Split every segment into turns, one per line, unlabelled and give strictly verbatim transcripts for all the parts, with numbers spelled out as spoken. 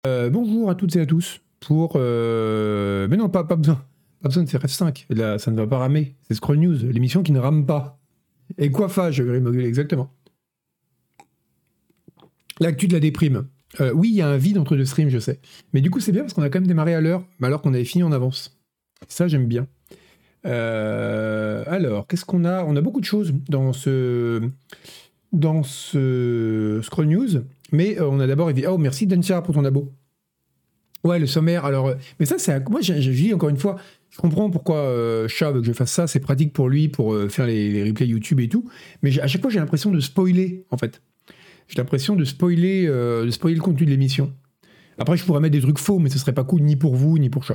Euh, bonjour à toutes et à tous pour... euh, Mais non, pas, pas besoin. Pas besoin de faire F cinq. Là, ça ne va pas ramer. C'est Scroll News, l'émission qui ne rame pas. Et coiffage, Grimogul, exactement. L'actu de la déprime. Euh, oui, il y a un vide entre deux streams, je sais. Mais du coup, c'est bien parce qu'on a quand même démarré à l'heure, alors qu'on avait fini en avance. Ça, j'aime bien. Euh, alors, qu'est-ce qu'on a? On a beaucoup de choses dans ce... dans ce Scroll News. Mais euh, on a d'abord... Oh, merci Dancia pour ton abo. Ouais, le sommaire, alors... euh, Mais ça, c'est... un- Moi, j'ai j'ai dit encore une fois, je comprends pourquoi euh, Chat veut que je fasse ça, c'est pratique pour lui, pour euh, faire les, les replays YouTube et tout, mais j'ai- à chaque fois, j'ai l'impression de spoiler, en fait. J'ai l'impression de spoiler, euh, de spoiler le contenu de l'émission. Après, je pourrais mettre des trucs faux, mais ce serait pas cool ni pour vous, ni pour Chat.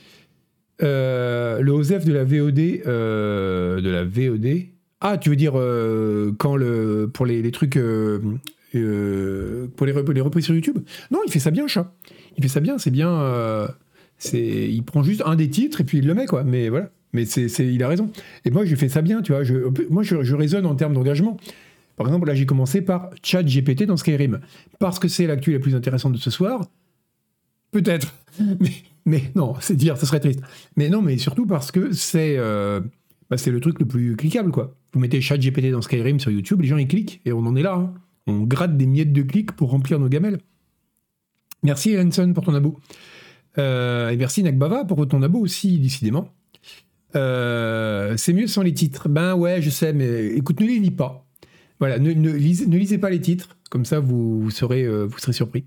Euh, le OSEF de la V O D... euh, de la V O D... Ah, tu veux dire euh, quand le... pour les, les trucs... euh, euh, pour les, rep- les reprises sur YouTube? Non, il fait ça bien, Chat. Il fait ça bien, c'est bien... euh, c'est, il prend juste un des titres et puis il le met, quoi. Mais voilà. Mais c'est, c'est, il a raison. Et moi, je fais ça bien, tu vois. Je, moi, je, je raisonne en termes d'engagement. Par exemple, là, j'ai commencé par ChatGPT dans Skyrim. Parce que c'est l'actu la plus intéressante de ce soir. Peut-être. Mais, mais non, c'est dire, ça serait triste. Mais non, mais surtout parce que c'est, euh, bah, c'est le truc le plus cliquable, quoi. Vous mettez ChatGPT dans Skyrim sur YouTube, les gens, ils cliquent. Et on en est là, hein. On gratte des miettes de clics pour remplir nos gamelles. Merci, Elenson, pour ton abo. Euh, et merci Nagbava pour ton abo aussi, décidément. Euh, c'est mieux sans les titres. Ben ouais, je sais, mais écoute, ne les lis pas. Voilà, ne, ne, lisez, ne lisez pas les titres, comme ça vous, vous, serez, euh, vous serez surpris.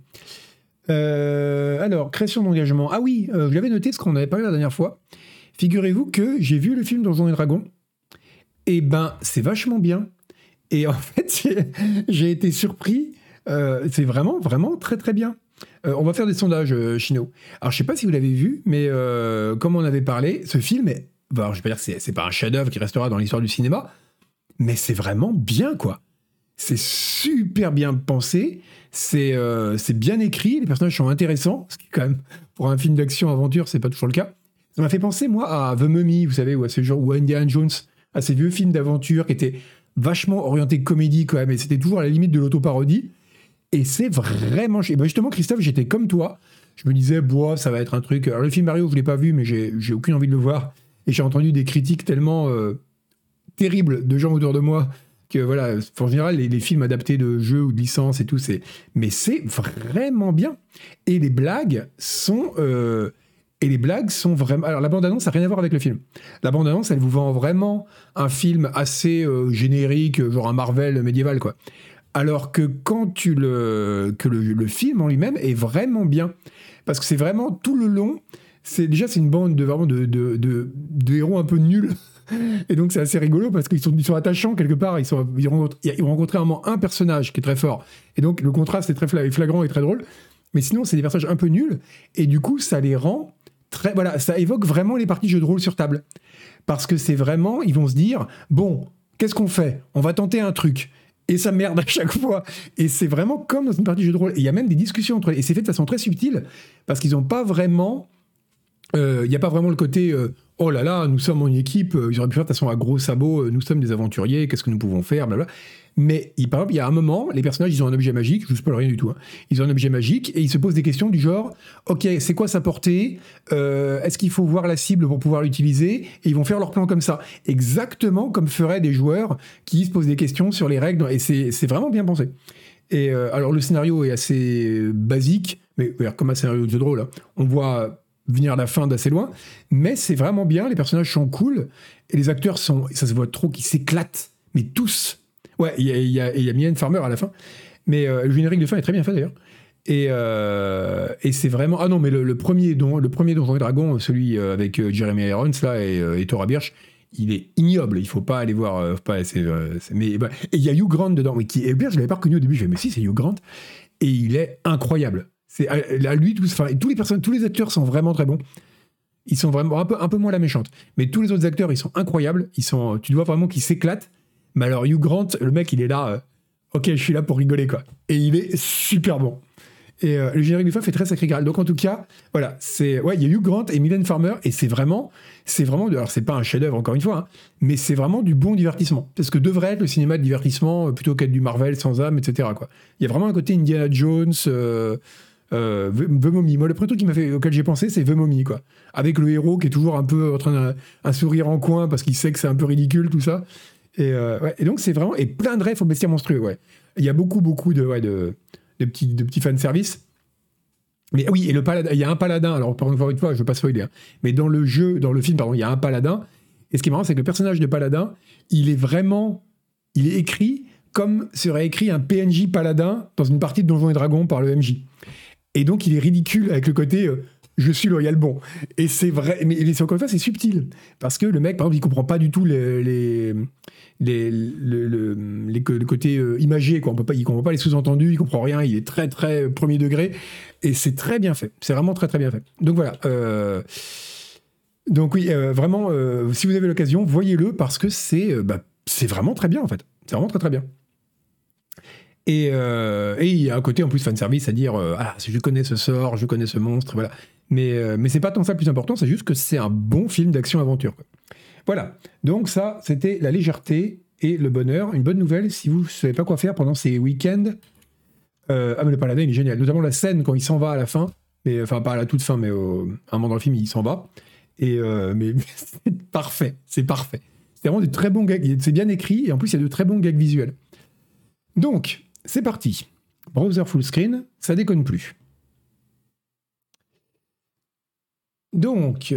Euh, alors, création d'engagement. Ah oui, euh, je l'avais noté ce qu'on avait parlé la dernière fois. Figurez-vous que j'ai vu le film Donjons et Dragons. Et ben, c'est vachement bien. Et en fait, j'ai, j'ai été surpris. Euh, c'est vraiment, vraiment très très bien. Euh, on va faire des sondages, euh, Chino. Alors, je sais pas si vous l'avez vu, mais euh, comme on avait parlé, ce film est... Bon, alors, je vais pas dire que c'est, c'est pas un chef-d'œuvre qui restera dans l'histoire du cinéma, mais c'est vraiment bien, quoi. C'est super bien pensé, c'est, euh, c'est bien écrit, les personnages sont intéressants, ce qui, quand même, pour un film d'action-aventure, c'est pas toujours le cas. Ça m'a fait penser, moi, à The Mummy, vous savez, ou à ce genre, ou à Indiana Jones, à ces vieux films d'aventure qui étaient vachement orientés comédie, quand même, et c'était toujours à la limite de l'autoparodie. Et c'est vraiment... Et ben justement, Christophe, j'étais comme toi. Je me disais, bois, ça va être un truc... Alors, le film Mario, je ne l'ai pas vu, mais j'ai, j'ai aucune envie de le voir. Et j'ai entendu des critiques tellement euh, terribles de gens autour de moi que, voilà, en général, les, les films adaptés de jeux ou de licences et tout, c'est... Mais c'est vraiment bien. Et les blagues sont... Euh... Et les blagues sont vraiment... Alors, la bande-annonce, ça n'a rien à voir avec le film. La bande-annonce, elle vous vend vraiment un film assez euh, générique, genre un Marvel médiéval, quoi. Alors que quand tu le... que le, le film en lui-même est vraiment bien. Parce que c'est vraiment tout le long... C'est, déjà, c'est une bande de, vraiment de, de, de, de héros un peu nuls. Et donc, c'est assez rigolo parce qu'ils sont, ils sont attachants quelque part. Ils, sont, ils, rencontrent, ils ont rencontré un, moment un personnage qui est très fort. Et donc, le contraste est très flagrant et très drôle. Mais sinon, c'est des personnages un peu nuls. Et du coup, ça les rend... Très, voilà, ça évoque vraiment les parties jeux de rôle sur table. Parce que c'est vraiment, ils vont se dire, bon, qu'est-ce qu'on fait? On va tenter un truc. Et ça merde à chaque fois. Et c'est vraiment comme dans une partie jeu de rôle. Et il y a même des discussions entre eux. Et c'est fait de façon très subtile, parce qu'ils n'ont pas vraiment... Il euh, n'y a pas vraiment le côté euh, oh là là, nous sommes en équipe, euh, ils auraient pu faire de toute façon à gros sabots, euh, nous sommes des aventuriers, qu'est-ce que nous pouvons faire, blablabla. Mais il, par exemple, il y a un moment, les personnages, ils ont un objet magique, je ne spoil rien du tout, hein. Ils ont un objet magique et ils se posent des questions du genre ok, c'est quoi sa portée, euh, est-ce qu'il faut voir la cible pour pouvoir l'utiliser, et ils vont faire leur plan comme ça, exactement comme feraient des joueurs qui se posent des questions sur les règles, et c'est, c'est vraiment bien pensé. Et euh, alors le scénario est assez basique, mais comme un scénario de jeu de rôle, hein. On voit venir la fin d'assez loin, mais c'est vraiment bien, les personnages sont cool, et les acteurs sont, ça se voit trop, qu'ils s'éclatent, mais tous. Ouais, il y a, y a, y a Mylène Farmer à la fin, mais euh, le générique de fin est très bien fait d'ailleurs, et, euh, et c'est vraiment... Ah non, mais le, le premier don, le premier Donjons et Dragons, celui euh, avec euh, Jeremy Irons, là, et, euh, et Thora Birch, il est ignoble, il faut pas aller voir, euh, pas, c'est, euh, c'est, mais, bah, et il y a Hugh Grant dedans, mais qui, et Birch, je l'avais pas reconnu au début, je me suis dit, mais si, c'est Hugh Grant, et il est incroyable. C'est à lui, tous, enfin, tous les personnes, tous les acteurs sont vraiment très bons. Ils sont vraiment un peu, un peu moins la méchante. Mais tous les autres acteurs, ils sont incroyables. Ils sont, tu vois vraiment qu'ils s'éclatent. Mais alors Hugh Grant, le mec, il est là. Euh, ok, je suis là pour rigoler, quoi. Et il est super bon. Et euh, le générique de fin fait très sacré Graal. Donc en tout cas, voilà, c'est ouais, il y a Hugh Grant et Mylène Farmer et c'est vraiment, c'est vraiment, alors c'est pas un chef-d'œuvre encore une fois, hein, mais c'est vraiment du bon divertissement. C'est ce que devrait être le cinéma de divertissement plutôt qu'être du Marvel sans âme, et cetera quoi. Il y a vraiment un côté Indiana Jones. Euh, Euh, The, The Mummy. Moi, le premier truc qui m'a fait, auquel j'ai pensé, c'est The Mummy, quoi. Avec le héros qui est toujours un peu en train d'un un sourire en coin parce qu'il sait que c'est un peu ridicule, tout ça. Et, euh, ouais, et donc, c'est vraiment... Et plein de refs au bestiaire monstrueux, ouais. Il y a beaucoup, beaucoup de, ouais, de, de, petits, de petits fanservice. Mais oui, et le paladin, il y a un paladin, alors par une fois, je ne veux pas spoiler, hein, mais dans le jeu, dans le film, pardon, il y a un paladin. Et ce qui est marrant, c'est que le personnage de paladin, il est vraiment... Il est écrit comme serait écrit un P N J paladin dans une partie de Donjons et Dragons par le M J. Et donc, il est ridicule avec le côté euh, je suis loyal bon. Et c'est vrai, mais, mais encore une fois, c'est subtil. Parce que le mec, par exemple, il comprend pas du tout les, les, les, le, le, les, le côté euh, imagé, quoi. On peut pas, il comprend pas les sous-entendus, il comprend rien, il est très, très premier degré. Et c'est très bien fait. C'est vraiment très, très bien fait. Donc voilà. Euh, donc oui, euh, vraiment, euh, si vous avez l'occasion, voyez-le parce que c'est, euh, bah, c'est vraiment très bien, en fait. C'est vraiment très, très bien. Et, euh, et il y a un côté en plus fanservice à dire euh, ah, je connais ce sort, je connais ce monstre, voilà. Mais, euh, mais c'est pas tant ça le plus important, c'est juste que c'est un bon film d'action-aventure, quoi. Voilà. Donc ça, c'était la légèreté et le bonheur. Une bonne nouvelle si vous ne savez pas quoi faire pendant ces week-ends. Euh, ah, mais le paladin, il est génial. Notamment la scène quand il s'en va à la fin. Mais, enfin, pas à la toute fin, mais au, à un moment dans le film, il s'en va. Et, euh, mais c'est parfait. C'est parfait. C'est vraiment des très bons gags. C'est bien écrit et en plus, il y a de très bons gags visuels. Donc, c'est parti. Browser full screen, ça déconne plus. Donc,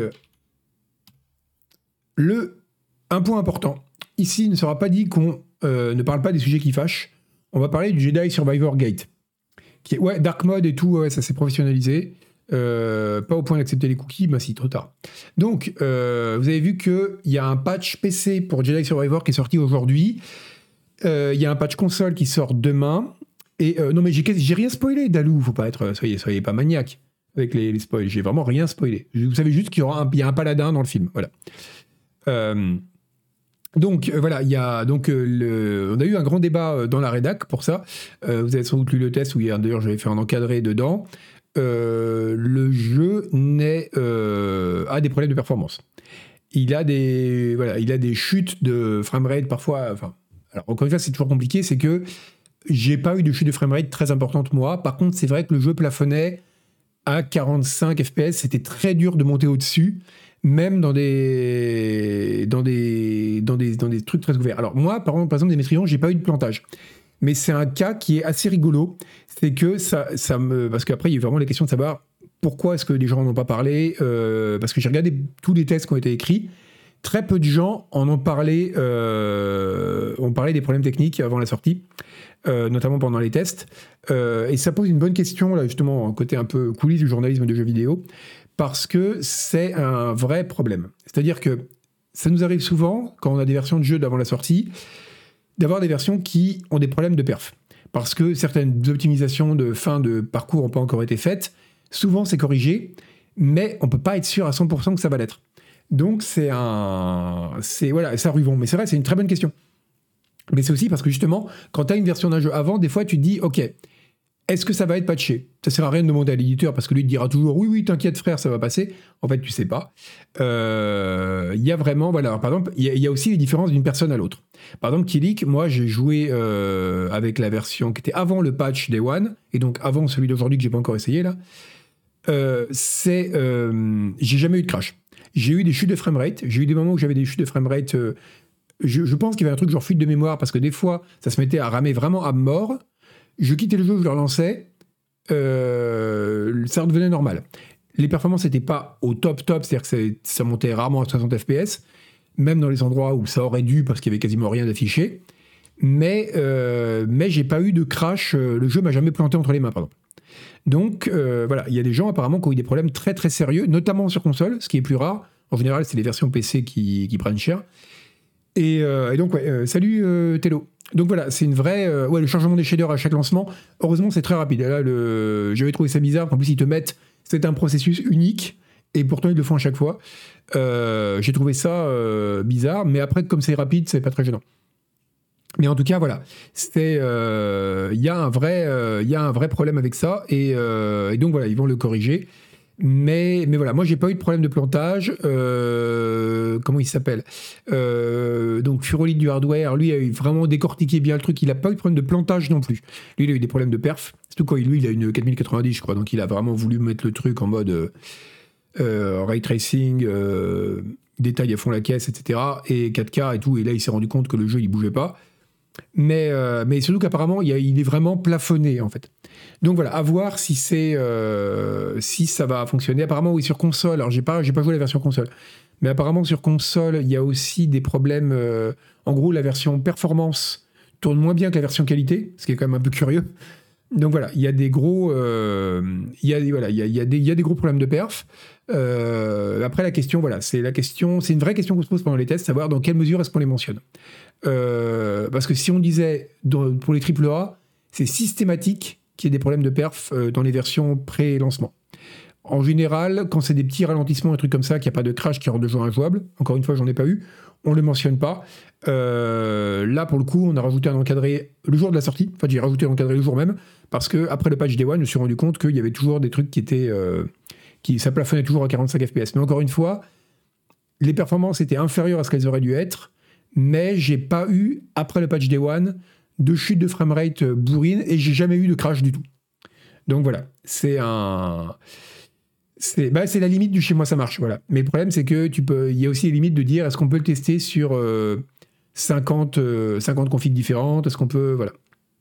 le, un point important. Ici, il ne sera pas dit qu'on euh, ne parle pas des sujets qui fâchent. On va parler du Jedi Survivor Gate. Qui est, ouais, dark mode et tout, ouais, ça s'est professionnalisé. Euh, pas au point d'accepter les cookies, bah si, trop tard. Donc, euh, vous avez vu qu'il y a un patch P C pour Jedi Survivor qui est sorti aujourd'hui. Il euh, y a un patch console qui sort demain. Et euh, non, mais j'ai, j'ai rien spoilé, Dalou. Faut pas être. Soyez, soyez pas maniaque avec les, les spoils. J'ai vraiment rien spoilé. Vous savez juste qu'il y aura un, il y a un paladin dans le film. Voilà. Euh, donc, euh, voilà. Il y a, donc, euh, le, on a eu un grand débat dans la rédac pour ça. Euh, vous avez sans doute lu le test où, hier, d'ailleurs, j'avais fait un encadré dedans. Euh, le jeu n'est, euh, a des problèmes de performance. Il a des, voilà, il a des chutes de framerate parfois. Enfin, alors, encore une fois, c'est toujours compliqué, c'est que j'ai pas eu de chute de framerate très importante, moi. Par contre, c'est vrai que le jeu plafonnait à quarante-cinq F P S. C'était très dur de monter au-dessus, même dans des, dans des, dans des, dans des trucs très ouverts. Alors, moi, par exemple, par exemple des Métrions, j'ai pas eu de plantage. Mais c'est un cas qui est assez rigolo. C'est que ça, ça me... Parce qu'après, il y a vraiment les questions de savoir pourquoi est-ce que les gens n'en ont pas parlé. Euh, parce que j'ai regardé tous les tests qui ont été écrits. Très peu de gens en ont parlé, euh, ont parlé des problèmes techniques avant la sortie, euh, notamment pendant les tests. Euh, et ça pose une bonne question, là, justement, en côté un peu coulisses du journalisme de jeux vidéo, parce que c'est un vrai problème. C'est-à-dire que ça nous arrive souvent, quand on a des versions de jeux d'avant la sortie, d'avoir des versions qui ont des problèmes de perf. Parce que certaines optimisations de fin de parcours n'ont pas encore été faites. Souvent, c'est corrigé, mais on ne peut pas être sûr à cent pour cent que ça va l'être. Donc, c'est un... C'est, voilà, ça ruvon. Mais c'est vrai, c'est une très bonne question. Mais c'est aussi parce que, justement, quand tu as une version d'un jeu avant, des fois, tu te dis, OK, est-ce que ça va être patché ? Ça sert à rien de demander à l'éditeur, parce que lui, il te dira toujours, oui, oui, t'inquiète, frère, ça va passer. En fait, tu sais pas. Il euh, y a vraiment... Voilà, alors, par exemple, il y, y a aussi les différences d'une personne à l'autre. Par exemple, Kilik, moi, j'ai joué euh, avec la version qui était avant le patch Day One, et donc avant celui d'aujourd'hui que j'ai pas encore essayé, là. Euh, c'est... Euh, j'ai jamais eu de crash. J'ai eu des chutes de framerate. J'ai eu des moments où j'avais des chutes de framerate. Euh, je, je pense qu'il y avait un truc genre fuite de mémoire parce que des fois, ça se mettait à ramer vraiment à mort. Je quittais le jeu, je le relançais. Euh, ça redevenait normal. Les performances n'étaient pas au top top, c'est-à-dire que ça, ça montait rarement à soixante F P S, même dans les endroits où ça aurait dû parce qu'il y avait quasiment rien d'affiché. Mais, euh, mais j'ai pas eu de crash. Le jeu m'a jamais planté entre les mains, pardon. Donc, euh, voilà, il y a des gens apparemment qui ont eu des problèmes très très sérieux, notamment sur console, ce qui est plus rare. En général, c'est les versions P C qui, qui prennent cher. Et, euh, et donc, ouais, euh, salut euh, Tello. Donc voilà, c'est une vraie... Euh, ouais, le changement des shaders à chaque lancement, heureusement, c'est très rapide. Là, le, j'avais trouvé ça bizarre. En plus, ils te mettent... C'est un processus unique, et pourtant, ils le font à chaque fois. Euh, j'ai trouvé ça euh, bizarre, mais après, comme c'est rapide, c'est pas très gênant. Mais en tout cas, voilà, il euh, y, euh, y a un vrai problème avec ça, et, euh, et donc voilà, ils vont le corriger. Mais, mais voilà, moi j'ai pas eu de problème de plantage. Euh, comment il s'appelle euh, Donc Furolite du hardware, lui a eu vraiment décortiqué bien le truc. Il a pas eu de problème de plantage non plus. Lui il a eu des problèmes de perf. Surtout quand lui il a une quatre mille quatre-vingt-dix, je crois. Donc il a vraiment voulu mettre le truc en mode euh, euh, ray tracing, euh, détail à fond la caisse, et cetera. Et quatre K et tout. Et là il s'est rendu compte que le jeu il bougeait pas. Mais, euh, mais surtout qu'apparemment, il, y a, il est vraiment plafonné, en fait. Donc voilà, à voir si, c'est, euh, si ça va fonctionner. Apparemment, oui, sur console. Alors, j'ai pas, j'ai pas joué la version console. Mais apparemment, sur console, il y a aussi des problèmes. Euh, en gros, la version performance tourne moins bien que la version qualité, ce qui est quand même un peu curieux. Donc voilà, il y a des gros, euh, il y a, voilà, il y a, il y a des, il y a des gros problèmes de perf. Euh, après, la question, voilà, c'est la question, c'est une vraie question qu'on se pose pendant les tests, savoir dans quelle mesure est-ce qu'on les mentionne. Euh, parce que si on disait dans, pour les triple A, c'est systématique qu'il y ait des problèmes de perf euh, dans les versions pré-lancement. En général, quand c'est des petits ralentissements, des trucs comme ça, qu'il n'y a pas de crash qui rend le jeu injouable, encore une fois, j'en ai pas eu, on ne le mentionne pas. Euh, là, pour le coup, on a rajouté un encadré le jour de la sortie. Enfin, j'ai rajouté l'encadré le jour même, parce que après le patch Day One, je me suis rendu compte qu'il y avait toujours des trucs qui étaient... Euh, qui, ça plafonnait toujours à quarante-cinq F P S. Mais encore une fois, les performances étaient inférieures à ce qu'elles auraient dû être, mais j'ai pas eu, après le patch Day One, de chute de framerate bourrine, et j'ai jamais eu de crash du tout. Donc voilà, c'est un... C'est, bah, c'est la limite du chez moi ça marche, voilà. Mais le problème c'est que tu peux, il y a aussi les limites de dire est-ce qu'on peut le tester sur euh, cinquante, euh, cinquante configs différentes, est-ce qu'on peut, voilà.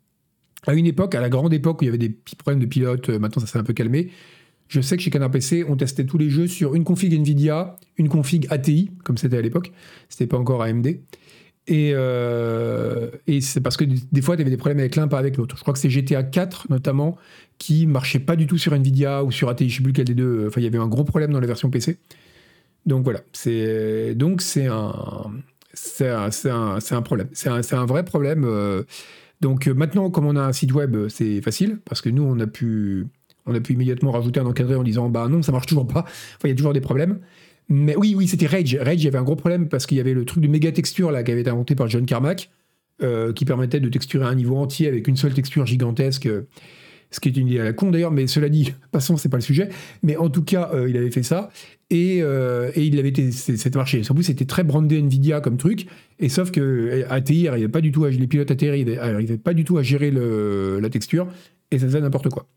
À une époque, à la grande époque où il y avait des petits problèmes de pilote, euh, maintenant ça s'est un peu calmé, je sais que chez Canard P C, on testait tous les jeux sur une config Nvidia, une config A T I, comme c'était à l'époque, c'était pas encore A M D, et, euh, et c'est parce que des fois tu avais des problèmes avec l'un, pas avec l'autre. Je crois que c'est G T A quatre notamment, qui marchait pas du tout sur Nvidia ou sur A T I, je sais plus lequel des deux. Enfin, il y avait un gros problème dans la version P C. Donc voilà, c'est donc c'est un c'est un, c'est un, c'est un problème. C'est un, c'est un vrai problème. Euh, donc maintenant, comme on a un site web, c'est facile parce que nous on a pu on a pu immédiatement rajouter un encadré en disant bah non, ça marche toujours pas. Enfin, il y a toujours des problèmes. Mais oui, oui, c'était Rage. Rage, il y avait un gros problème parce qu'il y avait le truc de méga texture là qui avait été inventé par John Carmack, euh, qui permettait de texturer un niveau entier avec une seule texture gigantesque. Euh, Ce qui est une idée à la con d'ailleurs, mais cela dit, passons, c'est pas le sujet. Mais en tout cas, euh, il avait fait ça et, euh, et il avait été, c'était marché. En plus, c'était très brandé Nvidia comme truc. Et sauf que A T I n'arrivait pas du tout à, les pilotes A T I n'arrivaient pas du tout à gérer le, la texture et ça faisait n'importe quoi.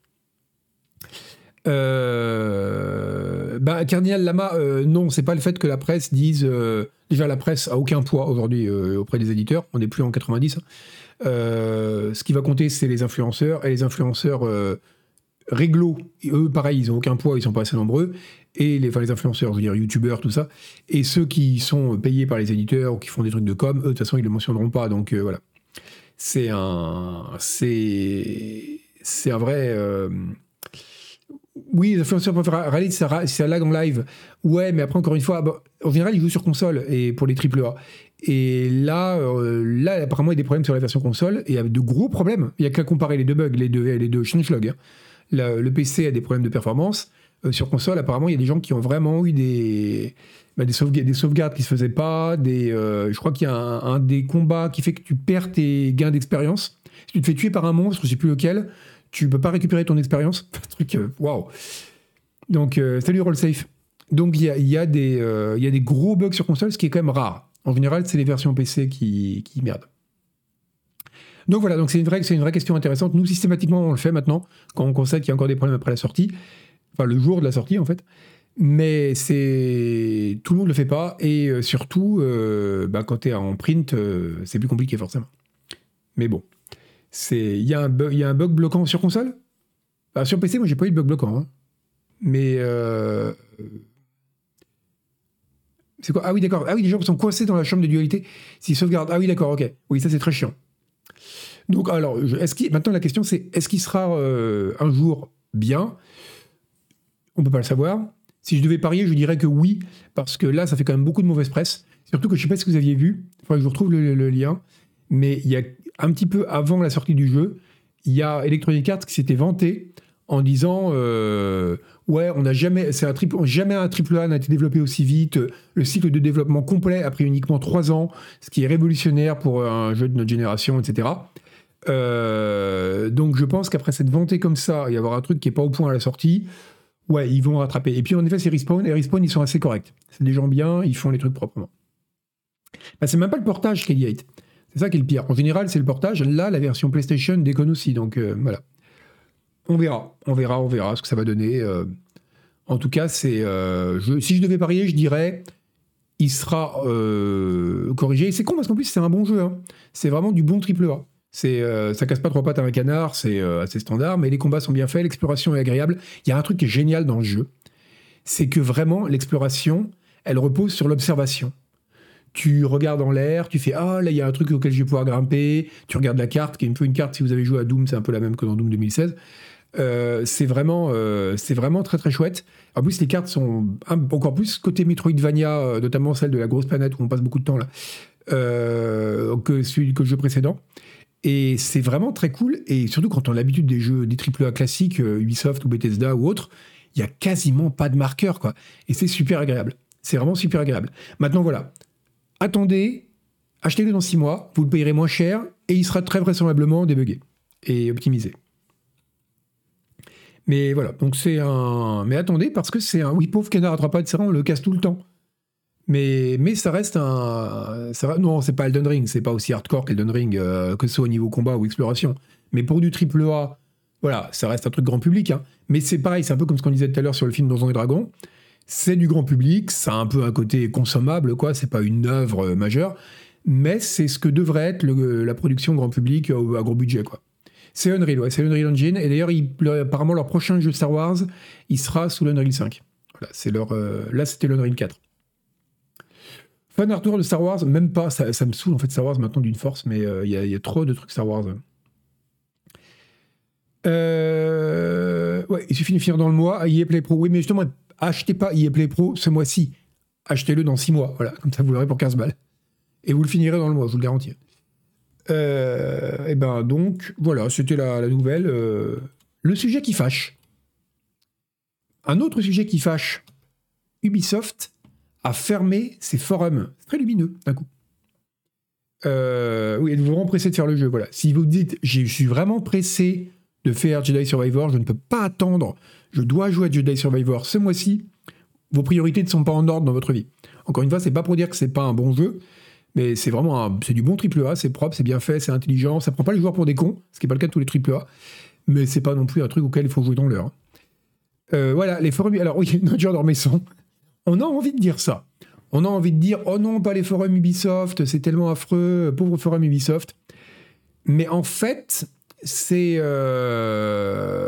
Euh, bah, Cardinal Lama, euh, non, c'est pas le fait que la presse dise. Euh, déjà, la presse a aucun poids aujourd'hui euh, auprès des éditeurs. On n'est plus en quatre-vingt-dix. Hein. Euh, ce qui va compter, c'est les influenceurs. Et les influenceurs euh, réglo, eux, pareil, ils n'ont aucun poids, ils sont pas assez nombreux. Et les, enfin, les influenceurs, je veux dire, youtubeurs, tout ça. Et ceux qui sont payés par les éditeurs ou qui font des trucs de com, eux, de toute façon, ils ne le mentionneront pas. Donc euh, voilà. C'est un. C'est. C'est un vrai. Euh, oui, les influenceurs peuvent râler si ça, si ça lag en live. Ouais, mais après, encore une fois, bon, en général, ils jouent sur console et pour les triple A. Et là, euh, là, apparemment, il y a des problèmes sur la version console et avec de gros problèmes. Il n'y a qu'à comparer les deux bugs, les deux, les deux changelogs. Hein. La, le P C a des problèmes de performance. Euh, sur console, apparemment, il y a des gens qui ont vraiment eu des, bah, des, sauvegardes, des sauvegardes qui ne se faisaient pas. Des, euh, je crois qu'il y a un, un des combats qui fait que tu perds tes gains d'expérience. Si tu te fais tuer par un monstre, je ne sais plus lequel, tu peux pas récupérer ton expérience. Truc, waouh. Wow. Donc, euh, salut RollSafe. Donc, il y a, y, a euh, y a des gros bugs sur console, ce qui est quand même rare. En général, c'est les versions P C qui, qui merdent. Donc voilà, donc c'est une, vraie, c'est une vraie question intéressante. Nous, systématiquement, on le fait maintenant, quand on constate qu'il y a encore des problèmes après la sortie. Enfin, le jour de la sortie, en fait. Mais c'est... tout le monde ne le fait pas. Et euh, surtout, euh, bah, quand tu es en print, euh, c'est plus compliqué, forcément. Mais bon. Il y, y a un bug bloquant sur console. Enfin, sur P C, moi, j'ai pas eu de bug bloquant. Hein. Mais... Euh... C'est quoi? Ah oui, d'accord. Ah oui, les gens sont coincés dans la chambre de dualité. S'ils sauvegardent. Ah oui, d'accord, ok. Oui, ça, c'est très chiant. Donc, alors, est-ce qu'il... maintenant, la question, c'est est-ce qu'il sera euh, un jour bien? On peut pas le savoir. Si je devais parier, je dirais que oui, parce que là, ça fait quand même beaucoup de mauvaise presse. Surtout que je sais pas si vous aviez vu. Il faudrait que je vous retrouve le, le lien. Mais il y a un petit peu avant la sortie du jeu, il y a Electronic Arts qui s'était vanté en disant euh, ouais, on n'a jamais, c'est un triple, jamais un triple A n'a été développé aussi vite. Le cycle de développement complet a pris uniquement trois ans, ce qui est révolutionnaire pour un jeu de notre génération, et cetera. Euh, donc je pense qu'après cette vantée comme ça et avoir un truc qui est pas au point à la sortie, Ouais, ils vont rattraper. Et puis en effet, c'est Respawn, et Respawn, ils sont assez corrects. C'est des gens bien, ils font les trucs proprement. Bah, c'est même pas le portage qui hate. C'est ça qui est le pire. En général, c'est le portage. Là, la version PlayStation déconne aussi. Donc euh, voilà. On verra. On verra, on verra ce que ça va donner. Euh, en tout cas, c'est. Euh, je, si je devais parier, je dirais. Il sera euh, corrigé. Et c'est con parce qu'en plus, c'est un bon jeu. Hein. C'est vraiment du bon triple A. C'est, euh, ça casse pas trois pattes à un canard, c'est euh, assez standard, mais les combats sont bien faits, l'exploration est agréable. Il y a un truc qui est génial dans le jeu, c'est que vraiment, l'exploration, elle repose sur l'observation. Tu regardes en l'air, tu fais « Ah, là, il y a un truc auquel je vais pouvoir grimper », tu regardes la carte, qui est un peu une carte, si vous avez joué à Doom, c'est un peu la même que dans Doom deux mille seize. Euh, c'est, vraiment, euh, c'est vraiment très très chouette. En plus, les cartes sont un, encore plus côté Metroidvania, euh, notamment celle de la grosse planète où on passe beaucoup de temps là, euh, que, celui, que le jeu précédent. Et c'est vraiment très cool, et surtout quand on a l'habitude des jeux, des triple A classiques, euh, Ubisoft ou Bethesda ou autres, il n'y a quasiment pas de marqueur, quoi. Et c'est super agréable. C'est vraiment super agréable. Maintenant, voilà. Attendez, achetez-le dans six mois, vous le payerez moins cher, et il sera très vraisemblablement débugué et optimisé. Mais voilà, donc c'est un... Mais attendez, parce que c'est un... Oui, pauvre canard attrape-pattes, c'est vrai, on le casse tout le temps. Mais, mais ça reste un... Ça, non, c'est pas Elden Ring, c'est pas aussi hardcore qu'Elden Ring, euh, que ce soit au niveau combat ou exploration. Mais pour du triple A, voilà, ça reste un truc grand public. Hein. Mais c'est pareil, c'est un peu comme ce qu'on disait tout à l'heure sur le film Donjons et Dragons. C'est du grand public, ça a un peu un côté consommable, quoi. C'est pas une œuvre majeure, mais c'est ce que devrait être le, la production grand public à, à gros budget, quoi. C'est Unreal, ouais, c'est Unreal Engine. Et d'ailleurs, il, le, apparemment, leur prochain jeu Star Wars, il sera sous l'Unreal cinq. Voilà, c'est leur, euh, là, c'était l'Unreal quatre. Fan Arthur de Star Wars, même pas, ça, ça me saoule en fait Star Wars maintenant d'une force, mais il euh, y, y a trop de trucs Star Wars. Euh, ouais, il suffit de finir dans le mois, E A Play Pro. Oui, mais justement, achetez pas E A Play Pro ce mois-ci. Achetez-le dans six mois, voilà, comme ça vous l'aurez pour quinze balles. Et vous le finirez dans le mois, je vous le garantis. Euh, et ben donc, voilà, c'était la, la nouvelle. Euh, le sujet qui fâche. Un autre sujet qui fâche. Ubisoft a fermé ses forums. C'est très lumineux, d'un coup. Euh, oui, êtes-vous vraiment pressé de faire le jeu, voilà. Si vous dites, je suis vraiment pressé de faire Jedi Survivor, je ne peux pas attendre, je dois jouer à Jedi Survivor ce mois-ci, vos priorités ne sont pas en ordre dans votre vie. Encore une fois, c'est pas pour dire que c'est pas un bon jeu, mais c'est vraiment un, c'est du bon triple A, c'est propre, c'est bien fait, c'est intelligent, ça prend pas les joueurs pour des cons, ce qui n'est pas le cas de tous les triple A, mais c'est pas non plus un truc auquel il faut jouer dans l'heure. Euh, voilà, les forums... Alors oui, notre genre d'Ormesson, on a envie de dire ça. On a envie de dire « Oh non, pas les forums Ubisoft, c'est tellement affreux, pauvre forum Ubisoft ». Mais en fait, c'est, euh,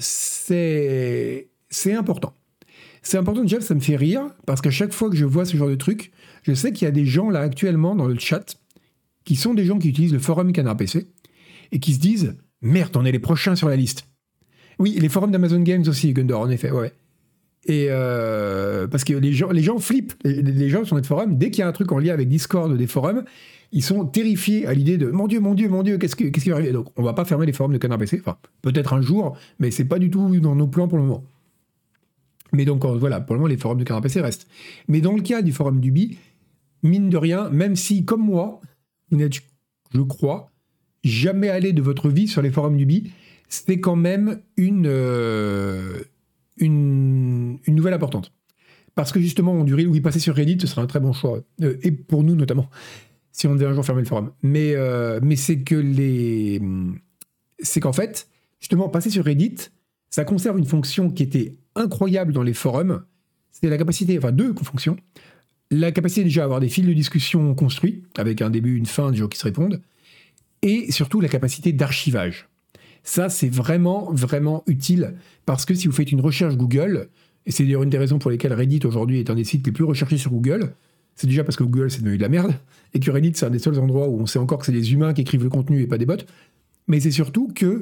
c'est, c'est important. C'est important déjà, ça me fait rire, parce qu'à chaque fois que je vois ce genre de truc, je sais qu'il y a des gens là actuellement dans le chat qui sont des gens qui utilisent le forum Canard P C et qui se disent « Merde, on est les prochains sur la liste ». Oui, les forums d'Amazon Games aussi, Gundor, en effet, ouais. Et euh, parce que les gens, les gens flippent, les, les gens sur notre forum, dès qu'il y a un truc en lien avec Discord des forums, ils sont terrifiés à l'idée de « Mon Dieu, mon Dieu, mon Dieu, qu'est-ce, que, qu'est-ce qui va arriver ?» Donc on va pas fermer les forums de Canard P C, enfin peut-être un jour, mais c'est pas du tout dans nos plans pour le moment. Mais donc voilà, pour le moment les forums de Canard P C restent. Mais dans le cas du forum d'Ubi, mine de rien, même si comme moi, vous n'êtes, je crois, jamais allé de votre vie sur les forums d'Ubi, c'est quand même une... Euh, Une, une nouvelle importante. Parce que justement, on dirait, oui, passer sur Reddit, ce serait un très bon choix. Euh, et pour nous, notamment, si on devait un jour fermer le forum. Mais, euh, mais c'est que les... C'est qu'en fait, justement, passer sur Reddit, ça conserve une fonction qui était incroyable dans les forums. C'était la capacité, enfin deux fonctions. La capacité déjà à avoir des fils de discussion construits, avec un début, une fin, des gens qui se répondent. Et surtout, la capacité d'archivage. Ça, c'est vraiment, vraiment utile, parce que si vous faites une recherche Google, et c'est d'ailleurs une des raisons pour lesquelles Reddit aujourd'hui est un des sites les plus recherchés sur Google, c'est déjà parce que Google c'est devenu de la merde, et que Reddit c'est un des seuls endroits où on sait encore que c'est les humains qui écrivent le contenu et pas des bots, mais c'est surtout que,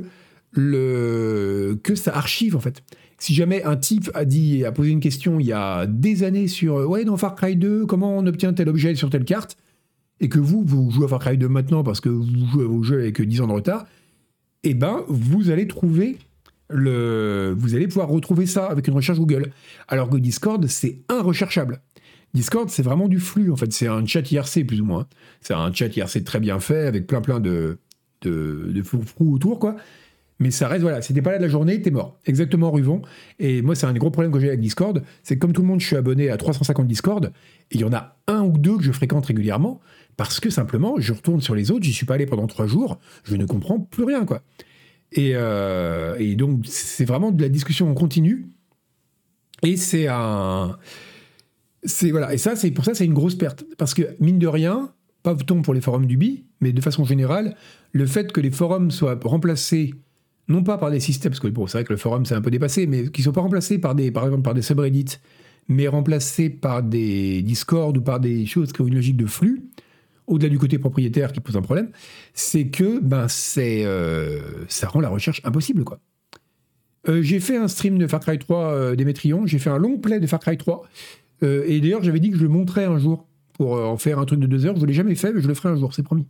le... que ça archive en fait. Si jamais un type a dit, a posé une question il y a des années sur « Ouais, dans Far Cry deux, comment on obtient tel objet sur telle carte ?» et que vous, vous jouez à Far Cry deux maintenant parce que vous jouez à vos jeux avec dix ans de retard, eh ben, vous allez trouver le... vous allez pouvoir retrouver ça avec une recherche Google. Alors que Discord, c'est irrecherchable. Discord, c'est vraiment du flux, en fait. C'est un chat I R C, plus ou moins. C'est un chat I R C très bien fait, avec plein plein de, de, de frou-frou autour, quoi. Mais ça reste, voilà, si t'es pas là de la journée, t'es mort. Exactement, Ruvon. Et moi, c'est un des gros problèmes que j'ai avec Discord. C'est que comme tout le monde, je suis abonné à trois cent cinquante Discord. Et il y en a un ou deux que je fréquente régulièrement. Parce que simplement, je retourne sur les autres, j'y suis pas allé pendant trois jours. Je ne comprends plus rien, quoi. Et, euh, et donc, c'est vraiment de la discussion en continu. Et c'est un. C'est, voilà. Et ça, c'est, pour ça, c'est une grosse perte. Parce que, mine de rien, pas tant pour les forums d'Ubi, mais de façon générale, le fait que les forums soient remplacés non pas par des systèmes, parce que bon, c'est vrai que le forum c'est un peu dépassé, mais qui ne sont pas remplacés par des, par exemple par des subreddits, mais remplacés par des Discord ou par des choses qui ont une logique de flux, au-delà du côté propriétaire qui pose un problème, c'est que ben c'est euh, ça rend la recherche impossible, quoi. Euh, j'ai fait un stream de Far Cry trois euh, d'Emetrion, j'ai fait un long play de Far Cry trois, euh, et d'ailleurs j'avais dit que je le montrais un jour pour euh, en faire un truc de deux heures, je ne l'ai jamais fait, mais je le ferai un jour, c'est promis.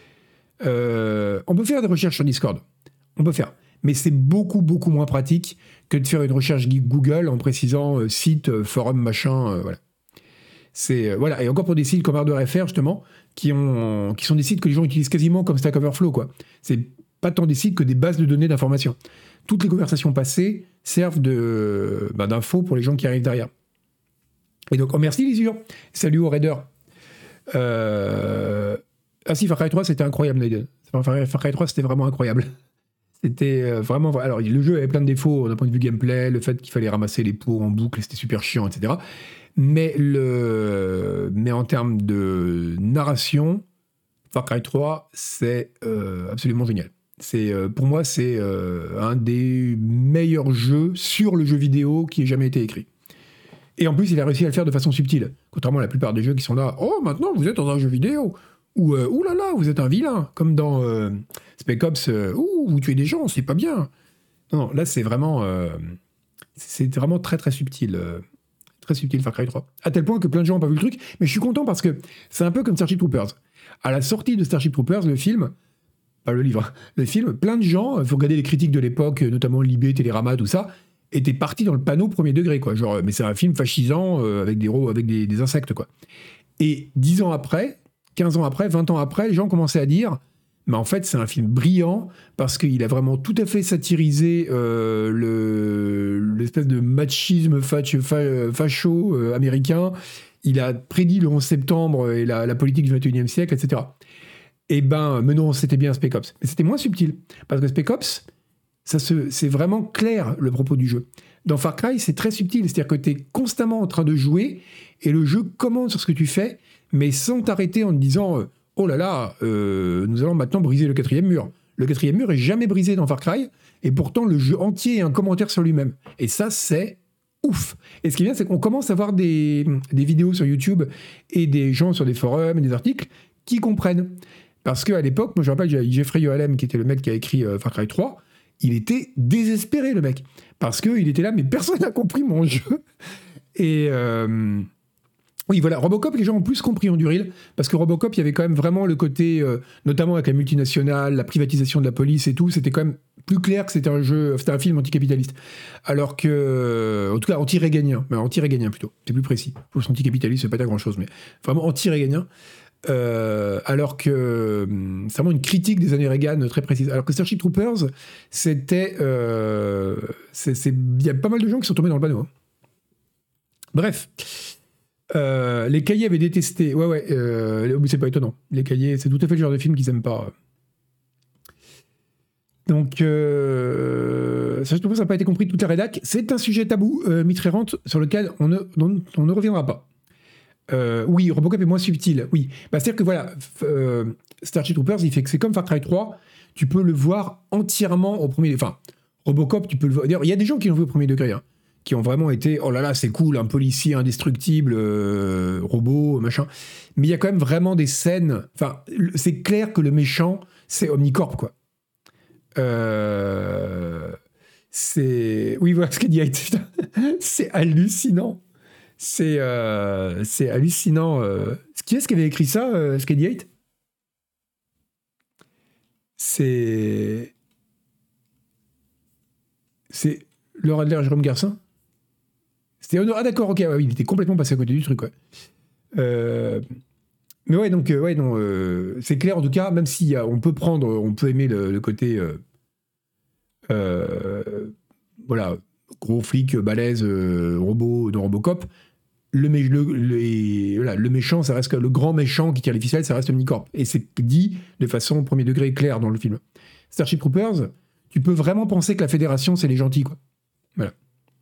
Euh, on peut faire des recherches sur Discord. On peut faire. Mais c'est beaucoup, beaucoup moins pratique que de faire une recherche Google en précisant euh, site, euh, forum, machin, euh, voilà. C'est, euh, voilà. Et encore pour des sites comme Hardware F R, justement, qui, ont, qui sont des sites que les gens utilisent quasiment comme Stack Overflow, quoi. C'est pas tant des sites que des bases de données d'informations. Toutes les conversations passées servent de, bah, d'infos pour les gens qui arrivent derrière. Et donc, oh, merci Lisure. Salut aux raiders. Euh... Ah si, Far Cry trois, c'était incroyable, Naiden. Far Cry trois, c'était vraiment incroyable. C'était vraiment... Alors, le jeu avait plein de défauts d'un point de vue gameplay, le fait qu'il fallait ramasser les pots en boucle, c'était super chiant, et cetera. Mais, le... Mais en termes de narration, Far Cry trois, c'est euh, absolument génial. C'est, euh, pour moi, c'est euh, un des meilleurs jeux sur le jeu vidéo qui ait jamais été écrit. Et en plus, il a réussi à le faire de façon subtile. Contrairement à la plupart des jeux qui sont là, oh, maintenant, vous êtes dans un jeu vidéo. Ou, euh, ouh là là, vous êtes un vilain. Comme dans euh, Spec Ops, euh, ouh, vous tuez des gens, c'est pas bien. Non, non, là, c'est vraiment... Euh, c'est vraiment très, très subtil. Euh, très subtil, Far Cry trois. À tel point que plein de gens n'ont pas vu le truc. Mais je suis content parce que c'est un peu comme Starship Troopers. À la sortie de Starship Troopers, le film... Pas le livre, le film, plein de gens, il faut regarder les critiques de l'époque, notamment Libé, Télérama, tout ça, étaient partis dans le panneau premier degré, quoi. Genre, mais c'est un film fascisant euh, avec, des, avec des, des insectes, quoi. Et dix ans après, quinze ans après, vingt ans après, les gens commençaient à dire, mais en fait, c'est un film brillant parce qu'il a vraiment tout à fait satirisé euh, le, l'espèce de machisme facho, facho euh, américain. Il a prédit le onze septembre et la, la politique du vingt et unième siècle, et cetera. Eh ben, mais non, c'était bien Spec Ops. Mais c'était moins subtil. Parce que Spec Ops, ça se, c'est vraiment clair, le propos du jeu. Dans Far Cry, c'est très subtil. C'est-à-dire que tu es constamment en train de jouer et le jeu commande sur ce que tu fais, mais sans t'arrêter en te disant euh, « Oh là là, euh, nous allons maintenant briser le quatrième mur ». Le quatrième mur est jamais brisé dans Far Cry, et pourtant le jeu entier est un commentaire sur lui-même. Et ça, c'est ouf. Et ce qui est bien, c'est qu'on commence à voir des, des vidéos sur YouTube et des gens sur des forums et des articles qui comprennent. Parce qu'à l'époque, moi je me rappelle, Jeffrey Yoalem, qui était le mec qui a écrit euh, Far Cry trois, il était désespéré, le mec. Parce qu'il était là, mais personne n'a compris mon jeu. Et euh, oui, voilà, Robocop, les gens ont plus compris en Duril, parce que Robocop, il y avait quand même vraiment le côté, euh, notamment avec la multinationale, la privatisation de la police et tout, c'était quand même plus clair que c'était un jeu, c'était un film anticapitaliste. Alors que, en tout cas, anti-réganien, mais anti-réganien plutôt, c'est plus précis. Pour anticapitaliste, ça veut pas dire grand-chose, mais vraiment anti-réganien. Euh, alors que hum, c'est vraiment une critique des années Reagan très précise. Alors que Starship Troopers, c'était, euh, c'est, c'est, il y a pas mal de gens qui sont tombés dans le panneau. Hein. Bref, euh, les cahiers avaient détesté. Ouais, ouais, euh, c'est pas étonnant. Les cahiers, c'est tout à fait le genre de film qu'ils aiment pas. Donc, euh, Starship Troopers n'a pas été compris de toute la rédac. C'est un sujet tabou, euh, mitrérante, sur lequel on ne, on, on ne reviendra pas. Euh, oui, Robocop est moins subtil, oui. Bah, c'est-à-dire que voilà, euh, Starship Troopers, il fait que c'est comme Far Cry trois, tu peux le voir entièrement au premier... Enfin, Robocop, tu peux le voir... D'ailleurs, il y a des gens qui l'ont vu au premier degré, hein, qui ont vraiment été, oh là là, c'est cool, un policier indestructible, euh, robot, machin. Mais il y a quand même vraiment des scènes... Enfin, c'est clair que le méchant, c'est Omnicorp, quoi. Euh... C'est... Oui, voilà ce qu'a dit Haït. C'est hallucinant. C'est, euh, c'est hallucinant. Euh. Qui est-ce qui avait écrit ça, euh, Skady Eight? C'est... C'est Laura Adler et Jérôme Garcin? C'était Honor... Ah d'accord, ok, ouais, oui, il était complètement passé à côté du truc, ouais. Euh... Mais ouais, donc, euh, ouais, non, euh, c'est clair, en tout cas, même si on peut prendre, on peut aimer le, le côté... Euh, euh, voilà, gros flic, balèze, euh, robot dans Robocop. Le, mé- le, le, et voilà, le méchant, ça reste que le grand méchant qui tire les ficelles, ça reste Omnicorp. Et c'est dit de façon premier degré claire dans le film. Starship Troopers, tu peux vraiment penser que la Fédération, c'est les gentils, quoi. Voilà.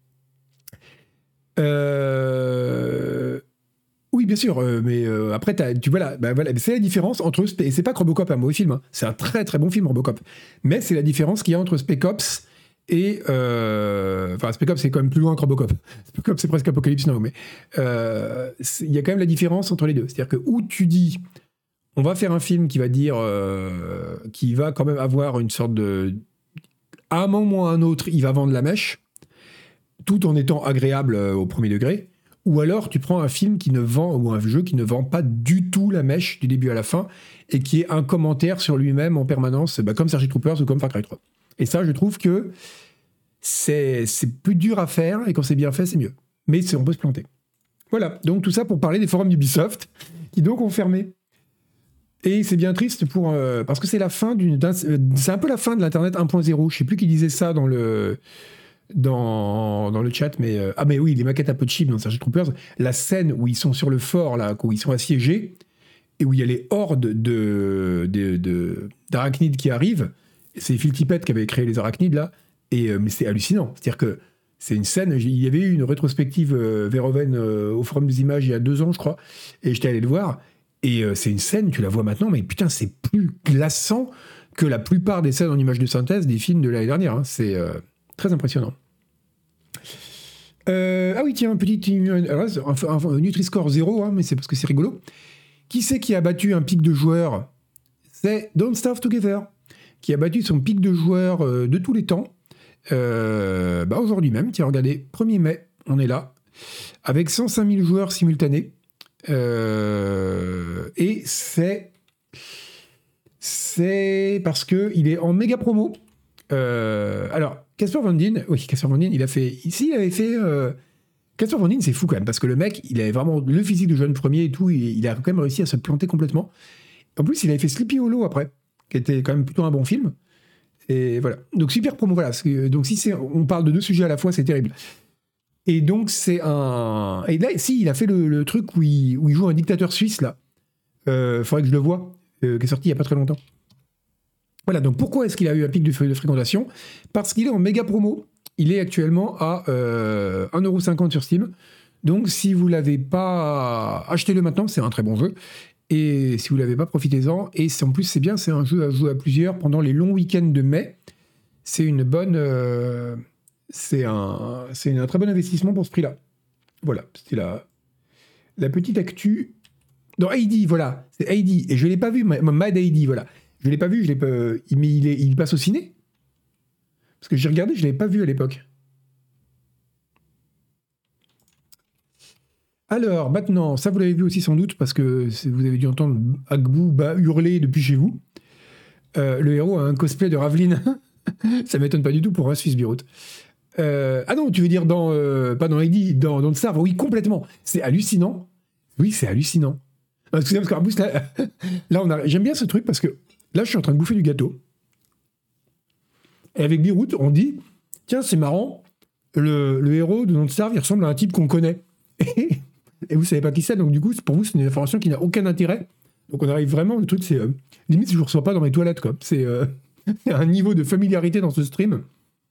Euh... Oui, bien sûr, euh, mais euh, après, t'as- tu vois là, bah, voilà, c'est la différence entre Spe- et c'est pas que Robocop est un mauvais film, hein. C'est un très très bon film Robocop, mais c'est la différence qu'il y a entre Spec Ops et euh, enfin Spec Ops c'est quand même plus loin que Robocop. Spec Ops c'est presque Apocalypse Now, mais euh, c'est- il y a quand même la différence entre les deux. C'est-à-dire que où tu dis, on va faire un film qui va dire, euh, qui va quand même avoir une sorte de, à un moment ou à un autre, il va vendre la mèche, tout en étant agréable euh, au premier degré. Ou alors tu prends un film qui ne vend, ou un jeu qui ne vend pas du tout la mèche du début à la fin, et qui est un commentaire sur lui-même en permanence, bah, comme Starship Troopers ou comme Far Cry trois. Et ça, je trouve que c'est, c'est plus dur à faire, et quand c'est bien fait, c'est mieux. Mais c'est, on peut se planter. Voilà, donc tout ça pour parler des forums d'Ubisoft, qui donc ont fermé. Et c'est bien triste pour, euh, parce que c'est la fin d'une, d'un, euh, c'est un peu la fin de l'Internet un point zéro. Je sais plus qui disait ça dans le... Dans, dans le chat, mais euh, ah mais oui, les maquettes un peu cheap dans Starship Troopers, la scène où ils sont sur le fort là, où ils sont assiégés et où il y a les hordes de, de, de d'arachnides qui arrivent, c'est Phil Tippett qui avait créé les arachnides là, et euh, mais c'est hallucinant, c'est-à-dire que c'est une scène, il y avait eu une rétrospective euh, Verhoeven euh, au Forum des Images il y a deux ans je crois, et j'étais allé le voir, et euh, c'est une scène, tu la vois maintenant, mais putain c'est plus glaçant que la plupart des scènes en images de synthèse des films de l'année dernière, hein. C'est euh, très impressionnant. Euh, ah oui, tiens, un petit un, un, un Nutri-Score zéro, hein, mais c'est parce que c'est rigolo. Qui c'est qui a battu un pic de joueurs? C'est Don't Starve Together, qui a battu son pic de joueurs euh, de tous les temps. Euh, bah aujourd'hui même, tiens, regardez, premier mai, on est là, avec cent cinq mille joueurs simultanés. Euh, et c'est... C'est parce qu'il est en méga promo. Euh, alors, Casper Van Dien, oui, Casper Van Dien, il a fait. Ici, il avait fait. Euh, Casper Van Dien, c'est fou quand même, parce que le mec, il avait vraiment le physique de jeune premier et tout, il, il a quand même réussi à se planter complètement. En plus, il avait fait Sleepy Hollow après, qui était quand même plutôt un bon film. Et voilà. Donc, super promo, voilà. Donc, si c'est, on parle de deux sujets à la fois, c'est terrible. Et donc, c'est un. Et là, si, il a fait le, le truc où il, où il joue un dictateur suisse, là. Euh, faudrait que je le voie, euh, qui est sorti il y a pas très longtemps. Voilà, donc pourquoi est-ce qu'il a eu un pic de, de fréquentation? Parce qu'il est en méga promo. Il est actuellement à euh, un euro cinquante sur Steam. Donc si vous ne l'avez pas, achetez-le maintenant, c'est un très bon jeu. Et si vous ne l'avez pas, profitez-en. Et en plus, c'est bien, c'est un jeu à jouer à plusieurs pendant les longs week-ends de mai. C'est une bonne... Euh, c'est un, c'est un très bon investissement pour ce prix-là. Voilà, c'était la, la petite actu. Non, Heidi, voilà, c'est Heidi. Et je ne l'ai pas vu, Mad Heidi, voilà. Je ne l'ai pas vu, je l'ai pas... mais il, est... il passe au ciné? Parce que j'ai regardé, je ne l'avais pas vu à l'époque. Alors, maintenant, ça vous l'avez vu aussi sans doute, parce que vous avez dû entendre Agbou bah, hurler depuis chez vous. Euh, le héros a un cosplay de Raveline. Ça m'étonne pas du tout pour un Suisse Birut. Euh, ah non, tu veux dire dans... Euh, pas dans Heidi, dans, dans le Starve. Oui, complètement. C'est hallucinant. Oui, c'est hallucinant. Excusez-moi, parce qu'en plus, là, là on a... j'aime bien ce truc, parce que là, je suis en train de bouffer du gâteau. Et avec Birut, on dit, tiens, c'est marrant, le, le héros de Don't Starve, il ressemble à un type qu'on connaît. Et, et vous savez pas qui c'est, donc du coup, pour vous, c'est une information qui n'a aucun intérêt. Donc on arrive vraiment, le truc, c'est... Euh, limite, je ne reçois pas dans mes toilettes, quoi. C'est euh, un niveau de familiarité dans ce stream.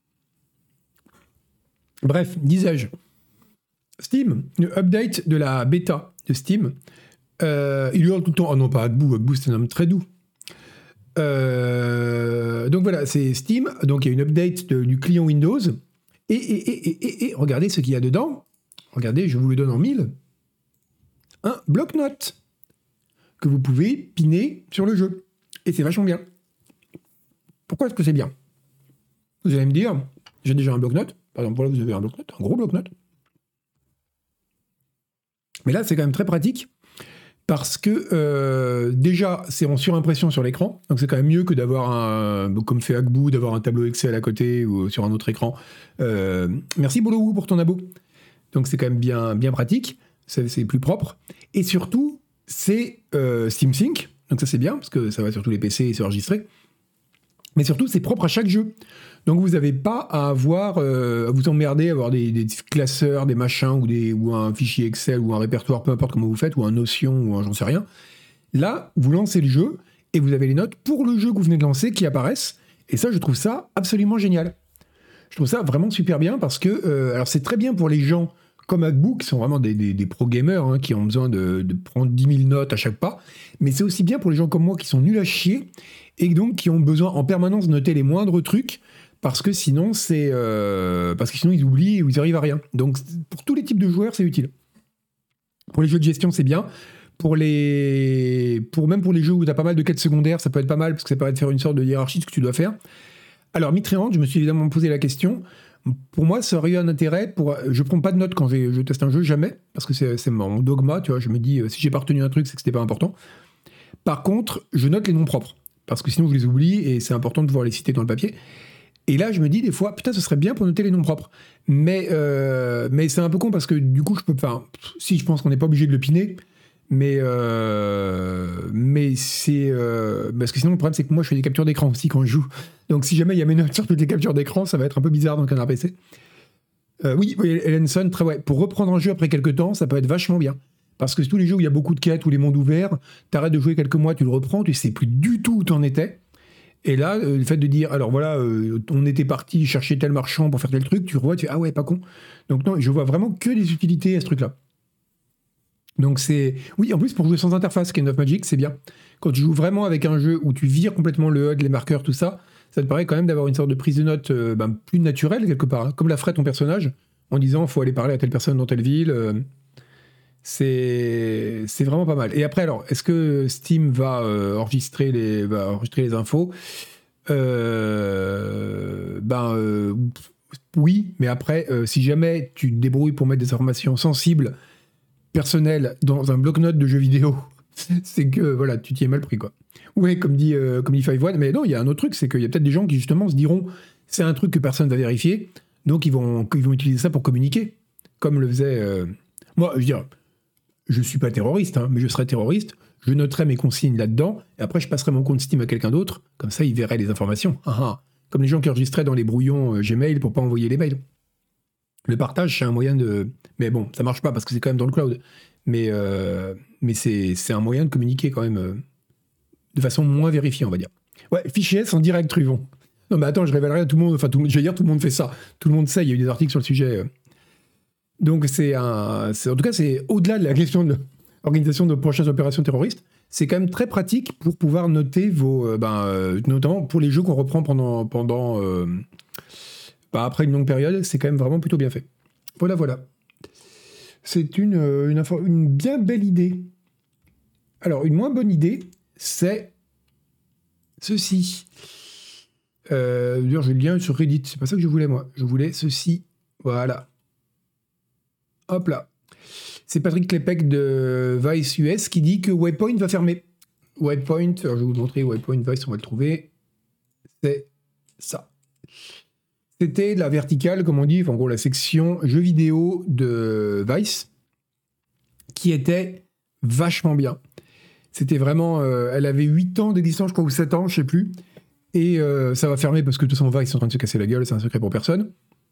Bref, disais-je. Steam, une update de la bêta de Steam. Euh, il hurle tout le temps, oh non, pas Agbou, Agbou, c'est un homme très doux. Euh, donc voilà, c'est Steam. Donc il y a une update de, du client Windows. Et, et, et, et, et, et regardez ce qu'il y a dedans. Regardez, je vous le donne en mille. Un bloc-notes que vous pouvez piner sur le jeu. Et c'est vachement bien. Pourquoi est-ce que c'est bien? Vous allez me dire, j'ai déjà un bloc-notes. Par exemple, voilà, vous avez un bloc-notes, un gros bloc-notes. Mais là, c'est quand même très pratique. Parce que euh, déjà, c'est en surimpression sur l'écran, donc c'est quand même mieux que d'avoir un, comme fait Agbou, d'avoir un tableau Excel à côté ou sur un autre écran. Euh, merci Bolowou pour ton abo. Donc c'est quand même bien, bien pratique, c'est, c'est plus propre. Et surtout, c'est euh, SteamSync, donc ça c'est bien, parce que ça va sur tous les P C et c'est enregistré. Mais surtout, c'est propre à chaque jeu. Donc vous n'avez pas à avoir, euh, à vous emmerder, à avoir des, des classeurs, des machins, ou, des, ou un fichier Excel, ou un répertoire, peu importe comment vous faites, ou un Notion, ou un j'en sais rien. Là, vous lancez le jeu, et vous avez les notes pour le jeu que vous venez de lancer qui apparaissent. Et ça, je trouve ça absolument génial. Je trouve ça vraiment super bien, parce que, euh, alors c'est très bien pour les gens comme MacBook, qui sont vraiment des, des, des pro-gamers, hein, qui ont besoin de, de prendre dix mille notes à chaque pas, mais c'est aussi bien pour les gens comme moi qui sont nuls à chier, et donc qui ont besoin en permanence de noter les moindres trucs, parce que sinon, c'est, euh, parce que sinon ils oublient ou ils arrivent à rien. Donc pour tous les types de joueurs, c'est utile. Pour les jeux de gestion, c'est bien. Pour les, pour, même pour les jeux où tu as pas mal de quêtes secondaires, ça peut être pas mal, parce que ça permet de faire une sorte de hiérarchie de ce que tu dois faire. Alors, Mitterrand, je me suis évidemment posé la question. Pour moi, ça aurait eu un intérêt. Pour, je prends pas de notes quand je, je teste un jeu, jamais, parce que c'est, c'est mon dogma, tu vois. Je me dis, si j'ai pas retenu un truc, c'est que c'était pas important. Par contre, je note les noms propres, parce que sinon je les oublie, et c'est important de pouvoir les citer dans le papier. Et là, je me dis des fois, putain, ce serait bien pour noter les noms propres. Mais, euh, mais c'est un peu con, parce que du coup, je peux pas... Si, je pense qu'on n'est pas obligé de le piner, mais, euh, mais c'est... Euh, parce que sinon, le problème, c'est que moi, je fais des captures d'écran aussi quand je joue. Donc, si jamais il y a mes notes sur toutes les captures d'écran, ça va être un peu bizarre dans le canard P C. Euh, oui, oui, Ellenson, très ouais. Pour reprendre un jeu après quelques temps, ça peut être vachement bien. Parce que tous les jeux où il y a beaucoup de quêtes, ou les mondes ouverts, t'arrêtes de jouer quelques mois, tu le reprends, tu sais plus du tout où t'en étais. Et là, euh, le fait de dire, alors voilà, euh, on était parti chercher tel marchand pour faire tel truc, tu revois, tu fais, ah ouais, pas con. Donc non, je vois vraiment que des utilités à ce truc-là. Donc c'est... Oui, en plus, pour jouer sans interface, Kind of Magic, c'est bien. Quand tu joues vraiment avec un jeu où tu vires complètement le H U D, les marqueurs, tout ça, ça te permet quand même d'avoir une sorte de prise de notes euh, ben, plus naturelle, quelque part, hein, comme la ferait ton personnage, en disant, faut aller parler à telle personne dans telle ville. Euh, c'est... c'est vraiment pas mal. Et après, alors, est-ce que Steam va, euh, enregistrer, les... va enregistrer les infos euh... Ben... Euh... Oui, mais après, euh, si jamais tu te débrouilles pour mettre des informations sensibles, personnelles, dans un bloc-notes de jeux vidéo, c'est que, voilà, tu t'y es mal pris, quoi. Oui, comme dit, euh, comme dit Five One, mais non, il y a un autre truc, c'est qu'il y a peut-être des gens qui, justement, se diront, c'est un truc que personne va vérifier, donc ils vont, ils vont utiliser ça pour communiquer, comme le faisait... Euh... Moi, je veux dire, je suis pas terroriste, hein, mais je serais terroriste, je noterais mes consignes là-dedans, et après je passerais mon compte Steam à quelqu'un d'autre, comme ça il verrait les informations. Ah, ah. Comme les gens qui enregistraient dans les brouillons euh, Gmail pour pas envoyer les mails. Le partage, c'est un moyen de... Mais bon, ça marche pas parce que c'est quand même dans le cloud. Mais, euh, mais c'est, c'est un moyen de communiquer quand même euh, de façon moins vérifiée, on va dire. Ouais, fichier S en direct, Truvon. Non mais attends, je révélerai à tout le monde, enfin tout le monde, je vais dire tout le monde fait ça. Tout le monde sait, il y a eu des articles sur le sujet. Donc c'est un... C'est, en tout cas, c'est au-delà de la question de l'organisation de prochaines opérations terroristes. C'est quand même très pratique pour pouvoir noter vos... Euh, ben, euh, notamment pour les jeux qu'on reprend pendant... pendant euh, ben, après une longue période, c'est quand même vraiment plutôt bien fait. Voilà, voilà. C'est une, une, info, une bien belle idée. Alors, une moins bonne idée, c'est ceci. Euh, d'ailleurs, j'ai le lien sur Reddit. C'est pas ça que je voulais, moi. Je voulais ceci. Voilà. Hop là. C'est Patrick Klepek de Vice U S qui dit que Waypoint va fermer. Waypoint, alors je vais vous montrer Waypoint Vice, on va le trouver. C'est ça. C'était la verticale, comme on dit, en gros la section jeux vidéo de Vice, qui était vachement bien. C'était vraiment... Euh, elle avait huit ans d'existence, je crois, ou sept ans, je sais plus. Et euh, ça va fermer parce que de toute façon, Vice est en train de se casser la gueule, c'est un secret pour personne.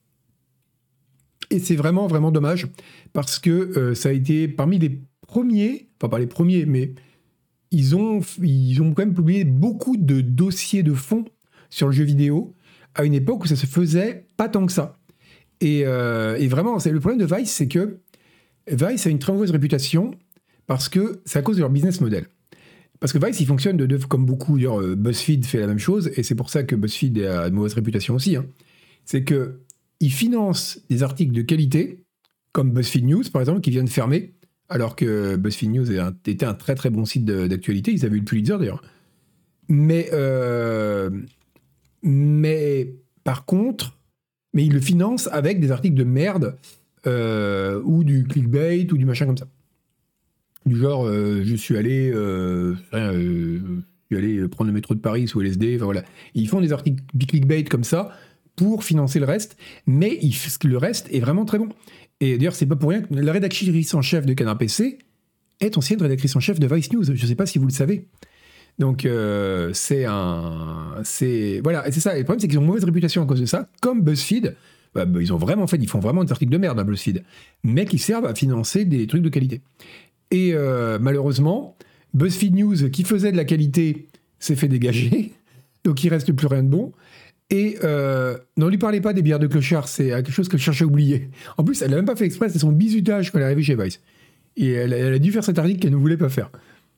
Et c'est vraiment, vraiment dommage, parce que euh, ça a été parmi les premiers, enfin pas les premiers, mais ils ont, ils ont quand même publié beaucoup de dossiers de fond sur le jeu vidéo, à une époque où ça se faisait pas tant que ça. Et, euh, et vraiment, c'est, le problème de Vice, c'est que Vice a une très mauvaise réputation, parce que c'est à cause de leur business model. Parce que Vice, il fonctionne de, de comme beaucoup, genre, euh, BuzzFeed fait la même chose, et c'est pour ça que BuzzFeed a une mauvaise réputation aussi. Hein. C'est que ils financent des articles de qualité, comme BuzzFeed News, par exemple, qui viennent fermer, alors que BuzzFeed News était un très très bon site de, d'actualité. Ils avaient eu le Pulitzer, d'ailleurs. Mais, euh, mais par contre, mais ils le financent avec des articles de merde, euh, ou du clickbait, ou du machin comme ça. Du genre, euh, je suis allé, euh, euh, je suis allé prendre le métro de Paris sous L S D, enfin voilà. Ils font des articles clickbait comme ça, pour financer le reste, mais il, le reste est vraiment très bon. Et d'ailleurs, c'est pas pour rien que la rédactrice en chef de Canard P C est ancienne rédactrice en chef de Vice News. Je ne sais pas si vous le savez. Donc euh, c'est un, c'est voilà, et c'est ça. Et le problème c'est qu'ils ont une mauvaise réputation à cause de ça, comme BuzzFeed. Bah, bah, ils ont vraiment fait, ils font vraiment des articles de merde à BuzzFeed, mais qui servent à financer des trucs de qualité. Et euh, malheureusement, BuzzFeed News, qui faisait de la qualité, s'est fait dégager, donc il reste plus rien de bon. Et euh, n'en lui parlez pas des bières de clochard, c'est quelque chose que je cherchais à oublier. En plus, elle n'a même pas fait exprès, c'est son bizutage quand elle est arrivée chez Vice. Et elle, elle a dû faire cet article qu'elle ne voulait pas faire.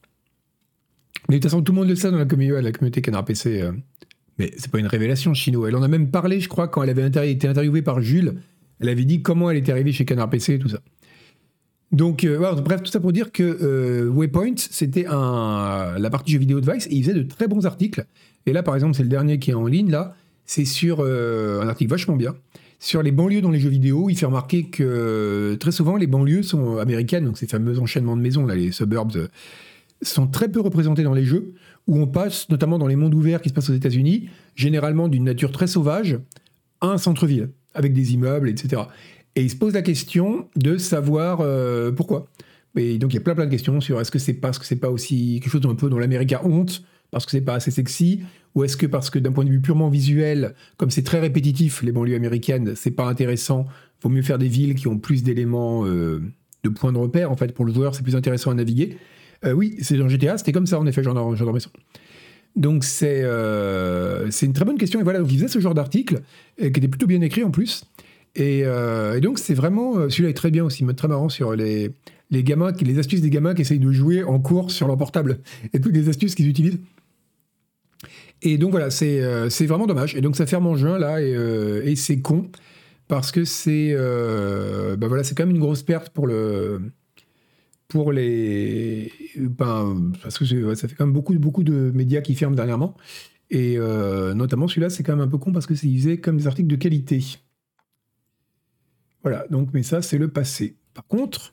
Mais de toute façon, tout le monde le sait dans la communauté, la communauté Canard P C. Euh, mais c'est pas une révélation, Chino. Elle en a même parlé, je crois, quand elle avait inter- été interviewée par Jules. Elle avait dit comment elle était arrivée chez Canard P C et tout ça. Donc, euh, ouais, bref, tout ça pour dire que euh, Waypoint, c'était un, la partie jeux vidéo de Vice, et ils faisaient de très bons articles. Et là, par exemple, c'est le dernier qui est en ligne, là. C'est sur euh, un article vachement bien. Sur les banlieues dans les jeux vidéo, il fait remarquer que euh, très souvent, les banlieues sont américaines, donc ces fameux enchaînements de maisons, là, les suburbs, euh, sont très peu représentés dans les jeux, où on passe, notamment dans les mondes ouverts qui se passent aux États-Unis, généralement d'une nature très sauvage, à un centre-ville, avec des immeubles, et cetera. Et il se pose la question de savoir euh, pourquoi. Et donc il y a plein plein de questions sur est-ce que c'est parce que c'est pas aussi quelque chose un peu dont l'Amérique a honte, parce que c'est pas assez sexy, ou est-ce que parce que d'un point de vue purement visuel, comme c'est très répétitif, les banlieues américaines, c'est pas intéressant, vaut mieux faire des villes qui ont plus d'éléments euh, de points de repère, en fait, pour le joueur, c'est plus intéressant à naviguer. Euh, oui, c'est dans G T A, c'était comme ça, en effet, j'en ai l'impression. Donc c'est, euh, c'est une très bonne question, et voilà, donc il faisait ce genre d'article, euh, qui était plutôt bien écrit en plus, et, euh, et donc c'est vraiment, celui-là est très bien aussi, très marrant sur les, les gamins, les astuces des gamins qui essayent de jouer en cours sur leur portable, et toutes les astuces qu'ils utilisent. Et donc voilà, c'est, euh, c'est vraiment dommage, et donc ça ferme en juin, là, et, euh, et c'est con, parce que c'est, euh, ben voilà, c'est quand même une grosse perte pour le... pour les... Ben, parce que ça fait quand même beaucoup, beaucoup de médias qui ferment dernièrement. Et euh, notamment celui-là, c'est quand même un peu con parce que c'est faisait comme des articles de qualité. Voilà, donc, mais ça, c'est le passé. Par contre,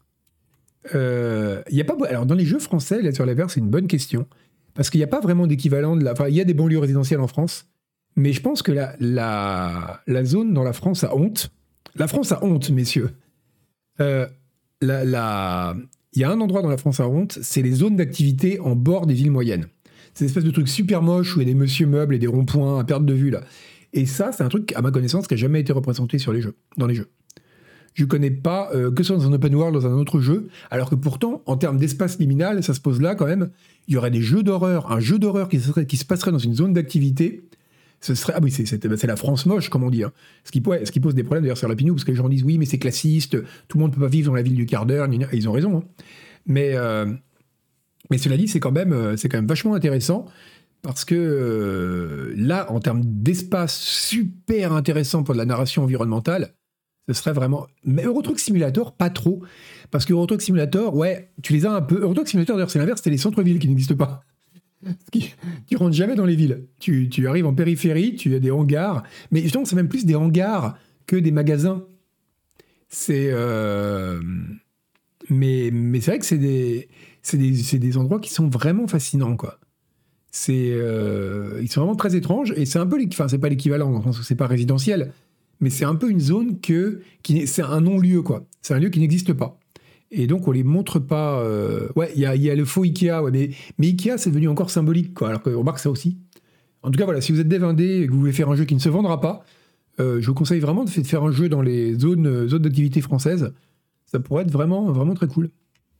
il euh, y a pas... Alors, dans les jeux français, là, sur la verre, c'est une bonne question. Parce qu'il n'y a pas vraiment d'équivalent de la... Enfin, il y a des banlieues résidentielles en France, mais je pense que la, la, la zone dans la France a honte. La France a honte, messieurs. Euh... La, la... Il y a un endroit dans la France à honte, c'est les zones d'activité en bord des villes moyennes. C'est une espèce de truc super moche où il y a des monsieur meubles et des ronds-points à perte de vue, là. Et ça, c'est un truc, à ma connaissance, qui n'a jamais été représenté sur les jeux, dans les jeux. Je ne connais pas euh, que ce soit dans un open world, dans un autre jeu, alors que pourtant, en termes d'espace liminal, ça se pose là quand même, il y aurait des jeux d'horreur, un jeu d'horreur qui, serait, qui se passerait dans une zone d'activité. Ce serait, ah oui, c'est, c'est, c'est la France moche, comme on dit. Hein. Ce, qui, ouais, ce qui pose des problèmes d'ailleurs sur Lapinou, parce que les gens disent oui, mais c'est classiste, tout le monde ne peut pas vivre dans la ville du quart d'heure, et ils ont raison. Hein. Mais, euh, mais cela dit, c'est quand, même, c'est quand même vachement intéressant, parce que euh, là, en termes d'espace super intéressant pour de la narration environnementale, ce serait vraiment... Mais Euro Truck Simulator, pas trop. Parce que Euro Truck Simulator, ouais, tu les as un peu... Euro Truck Simulator, d'ailleurs, c'est l'inverse, c'est les centres-villes qui n'existent pas. Qui, tu rentres jamais dans les villes. Tu, tu arrives en périphérie, tu as des hangars. Mais justement, c'est même plus des hangars que des magasins. C'est... Euh, mais, mais c'est vrai que c'est des, c'est, des, c'est des endroits qui sont vraiment fascinants, quoi. C'est, euh, ils sont vraiment très étranges. Et c'est un peu... Enfin, c'est pas l'équivalent, dans le sens où c'est pas résidentiel. Mais c'est un peu une zone que... Qui, c'est un non-lieu, quoi. C'est un lieu qui n'existe pas. Et donc, on les montre pas... Euh... Ouais, il y a, y a le faux Ikea, ouais, mais, mais Ikea, c'est devenu encore symbolique, quoi. Alors qu'on remarque ça aussi. En tout cas, voilà, si vous êtes dev indé et que vous voulez faire un jeu qui ne se vendra pas, euh, je vous conseille vraiment de faire un jeu dans les zones, zones d'activité françaises. Ça pourrait être vraiment, vraiment très cool.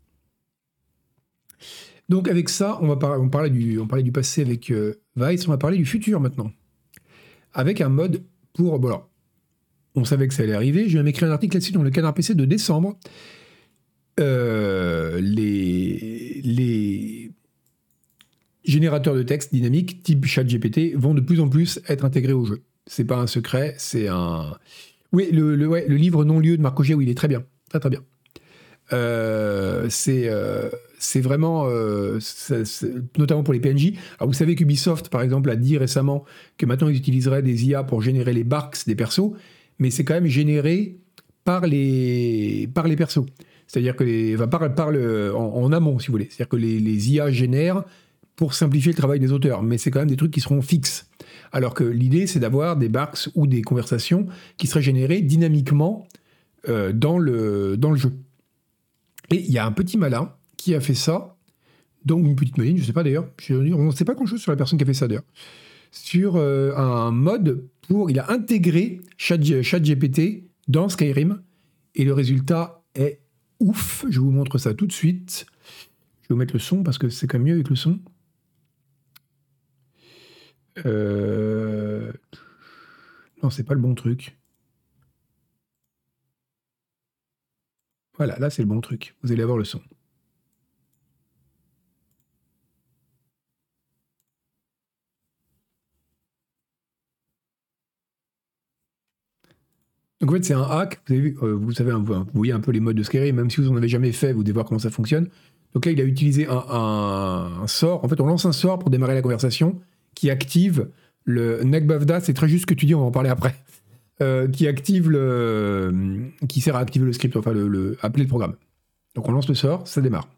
Donc, avec ça, on va par... on parlait du, on parlait du passé avec euh, Vice, on va parler du futur, maintenant. Avec un mode pour... Bon, alors, on savait que ça allait arriver. Je viens d'écrire un article là-dessus dans le Canard P C de décembre. Euh, les, les générateurs de texte dynamiques type ChatGPT vont de plus en plus être intégrés au jeu. C'est pas un secret, c'est un... Oui, le, le, ouais, le livre Non-lieu de Marc Augier, oui, il est très bien. Très, très bien. Euh, c'est, euh, c'est vraiment... Euh, c'est, c'est, notamment pour les P N J. Alors, vous savez qu'Ubisoft, par exemple, a dit récemment que maintenant, ils utiliseraient des I A pour générer les barks des persos, mais c'est quand même généré par les, par les persos. C'est-à-dire que les, enfin, par, par le, en, en amont, si vous voulez. C'est-à-dire que les, les I A génèrent pour simplifier le travail des auteurs. Mais c'est quand même des trucs qui seront fixes. Alors que l'idée, c'est d'avoir des barks ou des conversations qui seraient générées dynamiquement euh, dans, le, dans le jeu. Et il y a un petit malin qui a fait ça dans une petite moyenne, je sais pas d'ailleurs, je- on ne sait pas grand-chose sur la personne qui a fait ça d'ailleurs, sur euh, un mode pour, il a intégré Chat- ChatGPT dans Skyrim, et le résultat est ouf. Je vous montre ça tout de suite. Je vais vous mettre le son parce que c'est quand même mieux avec le son. Euh... Non, c'est pas le bon truc. Voilà, là c'est le bon truc. Vous allez avoir le son. Donc en fait, c'est un hack. Vous avez vu, euh, vous savez, un- vous voyez un peu les modes de Skyrim, même si vous en avez jamais fait, vous devez voir comment ça fonctionne. Donc là, il a utilisé un, un- un sort. En fait, on lance un sort pour démarrer la conversation qui active le Negbavda. C'est très juste ce que tu dis, on va en parler après. Euh, qui active le, qui sert à activer le script, enfin le, le appeler le programme. Donc on lance le sort, ça démarre.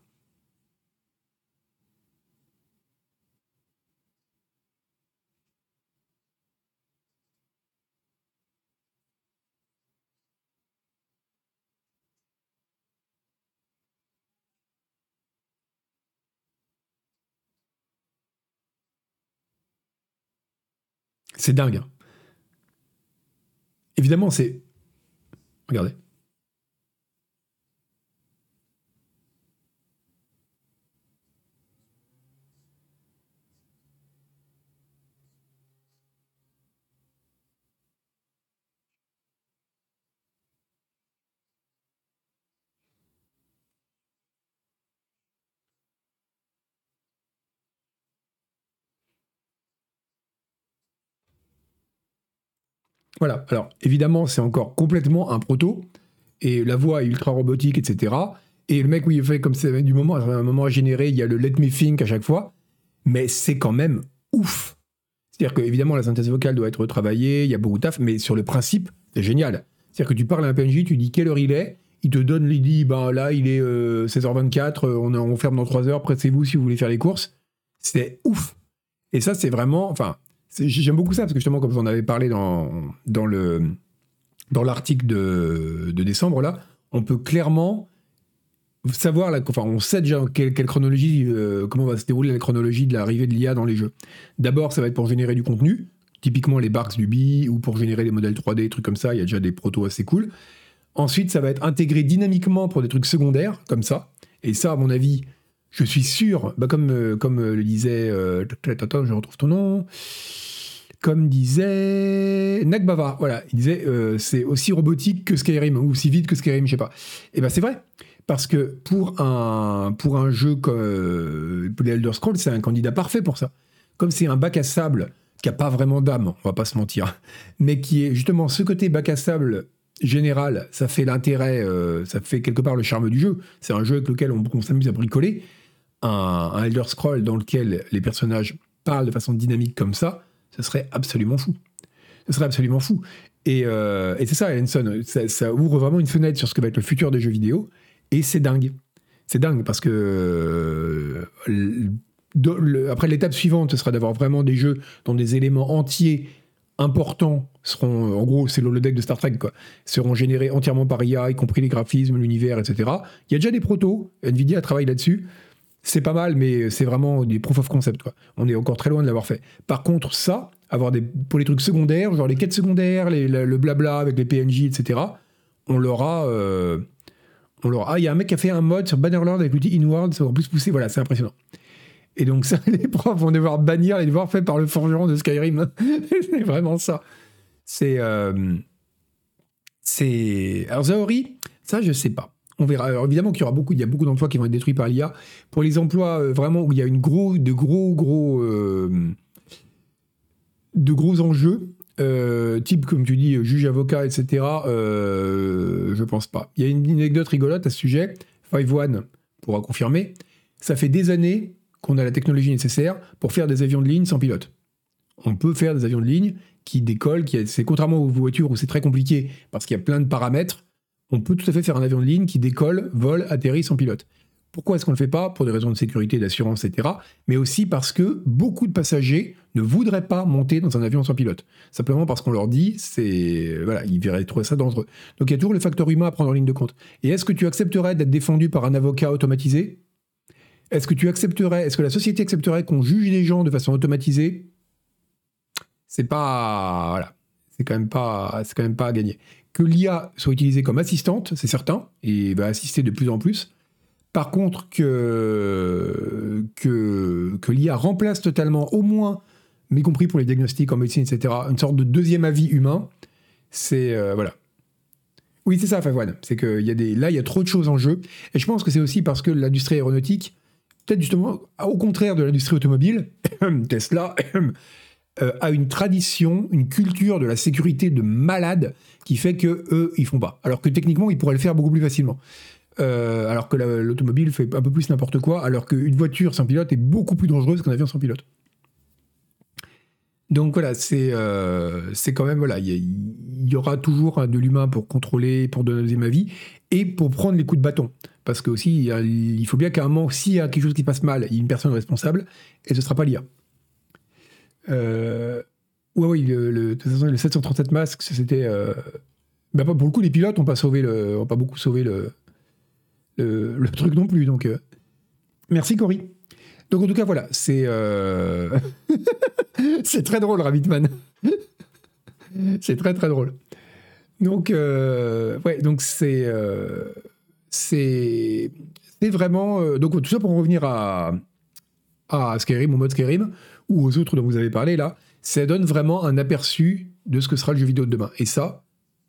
C'est dingue, hein. Évidemment, c'est. Regardez. Voilà. Alors, évidemment, c'est encore complètement un proto, et la voix est ultra robotique, et cetera. Et le mec, oui, il fait comme c'est du moment, à un moment à générer, il y a le let me think à chaque fois, mais c'est quand même ouf. C'est-à-dire que, évidemment, la synthèse vocale doit être retravaillée, il y a beaucoup de taf, mais sur le principe, c'est génial. C'est-à-dire que tu parles à un P N J, tu dis quelle heure il est, il te donne, il dit, ben là, il est euh, seize heures vingt-quatre, euh, on, on ferme dans trois heures, pressez-vous si vous voulez faire les courses. C'est ouf. Et ça, c'est vraiment. Enfin, c'est- j'aime beaucoup ça, parce que justement, comme on avait parlé dans, dans le dans l'article de, de décembre, là, on peut clairement savoir, la, enfin, on sait déjà quelle, quelle chronologie, euh, comment va se dérouler la chronologie de l'arrivée de l'I A dans les jeux. D'abord, ça va être pour générer du contenu, typiquement les Barks du B, ou pour générer des modèles trois D, trucs comme ça, il y a déjà des protos assez cool. Ensuite, ça va être intégré dynamiquement pour des trucs secondaires, comme ça. Et ça, à mon avis, je suis sûr, bah comme, euh, comme euh, le disait... Euh, attends, je retrouve ton nom. Comme disait Nagbava, voilà, il disait euh, c'est aussi robotique que Skyrim, ou aussi vite que Skyrim, je sais pas. Et ben c'est vrai, parce que pour un, pour un jeu comme euh, les Elder Scrolls, c'est un candidat parfait pour ça. Comme c'est un bac à sable qui a pas vraiment d'âme, on va pas se mentir, mais qui est justement ce côté bac à sable général, ça fait l'intérêt, euh, ça fait quelque part le charme du jeu. C'est un jeu avec lequel on, on s'amuse à bricoler. Un, un Elder Scroll dans lequel les personnages parlent de façon dynamique comme ça, ce serait absolument fou. Ce serait absolument fou. Et, euh, et c'est ça, Ellenson, ça, ça ouvre vraiment une fenêtre sur ce que va être le futur des jeux vidéo, et c'est dingue. C'est dingue, parce que euh, le- le- après, l'étape suivante, ce sera d'avoir vraiment des jeux dont des éléments entiers importants seront, en gros, c'est l'holodeck de Star Trek, quoi, seront générés entièrement par I A, y compris les graphismes, l'univers, et cetera. Il y a déjà des protos, Nvidia travaille là-dessus. C'est pas mal, mais c'est vraiment des proof of concept, quoi. On est encore très loin de l'avoir fait. Par contre, ça, avoir des, pour les trucs secondaires, genre les quêtes secondaires, les- le, le blabla avec les P N J, et cetera, on l'aura. euh, on l'aura. Ah, il y a un mec qui a fait un mode sur Bannerlord avec l'outil Inward, c'est encore plus poussé, voilà, c'est impressionnant. Et donc, ça, les profs vont devoir bannir les devoirs faits par le forgeron de Skyrim. C'est vraiment ça. C'est. euh, c'est. Alors, Zaori, ça, je sais pas. On verra. Alors, évidemment qu'il y aura beaucoup, il y a beaucoup d'emplois qui vont être détruits par l'I A. Pour les emplois euh, vraiment où il y a une gros, de gros, gros, euh, de gros enjeux, euh, type comme tu dis, juge, avocat, et cetera. Euh, je pense pas. Il y a une anecdote rigolote à ce sujet. Five One pourra confirmer. Ça fait des années qu'on a la technologie nécessaire pour faire des avions de ligne sans pilote. On peut faire des avions de ligne qui décollent, qui, c'est contrairement aux voitures où c'est très compliqué parce qu'il y a plein de paramètres. On peut tout à fait faire un avion de ligne qui décolle, vole, atterrit sans pilote. Pourquoi est-ce qu'on ne le fait pas? Pour des raisons de sécurité, d'assurance, et cetera. Mais aussi parce que beaucoup de passagers ne voudraient pas monter dans un avion sans pilote. Simplement parce qu'on leur dit, c'est voilà, ils verraient trouver ça dangereux. Donc il y a toujours le facteur humain à prendre en ligne de compte. Et est-ce que tu accepterais d'être défendu par un avocat automatisé? Est-ce que tu accepterais, est-ce que la société accepterait qu'on juge les gens de façon automatisée? C'est pas, voilà, c'est quand même pas, c'est quand même pas à gagner. Que l'I A soit utilisée comme assistante, c'est certain, et va assister de plus en plus. Par contre, que, que, que l'I A remplace totalement, au moins, y compris pour les diagnostics en médecine, et cetera, une sorte de deuxième avis humain, c'est, euh, voilà. Oui, c'est ça, Favoine. C'est que y a des, là, il y a trop de choses en jeu. Et je pense que c'est aussi parce que l'industrie aéronautique, peut-être justement, au contraire de l'industrie automobile, Tesla, euh, a une tradition, une culture de la sécurité de malade qui fait que eux, ils font pas. Alors que techniquement, ils pourraient le faire beaucoup plus facilement. Euh, alors que la, l'automobile fait un peu plus n'importe quoi, alors qu'une voiture sans pilote est beaucoup plus dangereuse qu'un avion sans pilote. Donc voilà, c'est euh, c'est quand même, voilà, il y, y, y aura toujours de l'humain pour contrôler, pour donner un deuxième avis, et pour prendre les coups de bâton. Parce que aussi, il, y a, il faut bien qu'à un moment, s'il y a quelque chose qui passe mal, il y a une personne responsable, et ce ne sera pas l'I A. Euh, ouais, oui, le, le, de toute façon, le sept cent trente-sept masques, c'était... Euh, bah, pour le coup, les pilotes n'ont pas, sauvé le, ont pas beaucoup sauvé le, le, le truc non plus. Donc, euh, merci, Cory. Donc en tout cas, voilà, c'est... Euh... c'est très drôle, Rabbitman. C'est très, très drôle. Donc, euh... ouais, donc c'est... Euh... C'est... C'est vraiment... Euh... Donc tout ça pour en revenir à... à Skyrim, au mode Skyrim, ou aux autres dont vous avez parlé, là, ça donne vraiment un aperçu de ce que sera le jeu vidéo de demain. Et ça...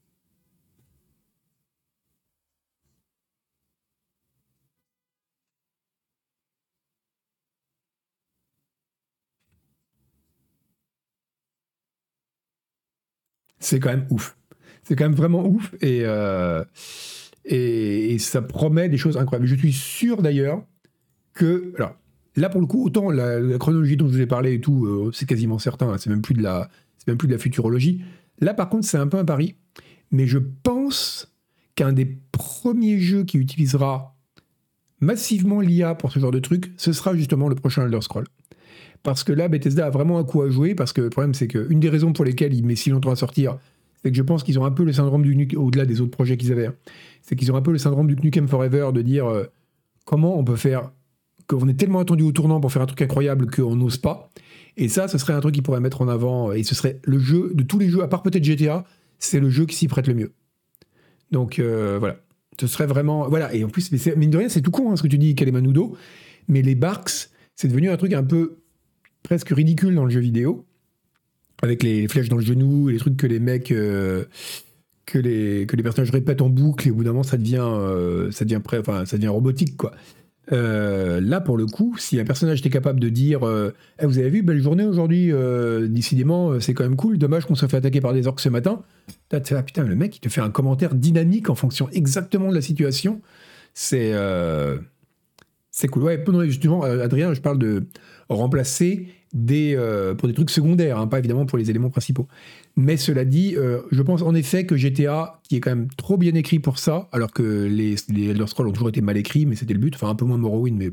c'est quand même ouf. C'est quand même vraiment ouf et, euh, et, et ça promet des choses incroyables. Je suis sûr d'ailleurs que, alors là pour le coup, autant la, la chronologie dont je vous ai parlé et tout, euh, c'est quasiment certain, hein, c'est même plus de la, c'est même plus de la futurologie. Là par contre, c'est un peu un pari, mais je pense qu'un des premiers jeux qui utilisera massivement l'I A pour ce genre de truc, ce sera justement le prochain Elder Scrolls. Parce que là, Bethesda a vraiment un coup à jouer, parce que le problème, c'est qu'une des raisons pour lesquelles il met si longtemps à sortir, c'est que je pense qu'ils ont un peu le syndrome du Nukem, au-delà des autres projets qu'ils avaient, hein, c'est qu'ils ont un peu le syndrome du Nukem Forever, de dire euh, comment on peut faire, qu'on est tellement attendu au tournant pour faire un truc incroyable qu'on n'ose pas. Et ça, ce serait un truc qu'ils pourraient mettre en avant, et ce serait le jeu, de tous les jeux, à part peut-être G T A, c'est le jeu qui s'y prête le mieux. Donc euh, voilà, ce serait vraiment... Voilà, et en plus, mais c'est, mine de rien, c'est tout con hein, ce que tu dis, Kalemanudo, mais les Barks, c'est devenu un truc un peu presque ridicule dans le jeu vidéo, avec les flèches dans le genou, et les trucs que les mecs, euh, que, les, que les personnages répètent en boucle, et au bout d'un moment, ça devient, euh, ça devient, prêt, enfin, ça devient robotique, quoi. Euh, là, pour le coup, si un personnage était capable de dire euh, hey, vous avez vu, belle journée aujourd'hui, euh, décidément, c'est quand même cool, dommage qu'on soit fait attaquer par des orques ce matin. Là, tu fais, ah, putain, le mec, il te fait un commentaire dynamique en fonction exactement de la situation. C'est... Euh, c'est cool. Ouais, justement, Adrien, je parle de remplacer des, euh, pour des trucs secondaires, hein, pas évidemment pour les éléments principaux. Mais cela dit, euh, je pense en effet que G T A, qui est quand même trop bien écrit pour ça, alors que les, les Elder Scrolls ont toujours été mal écrits, mais c'était le but, enfin un peu moins Morrowind, mais,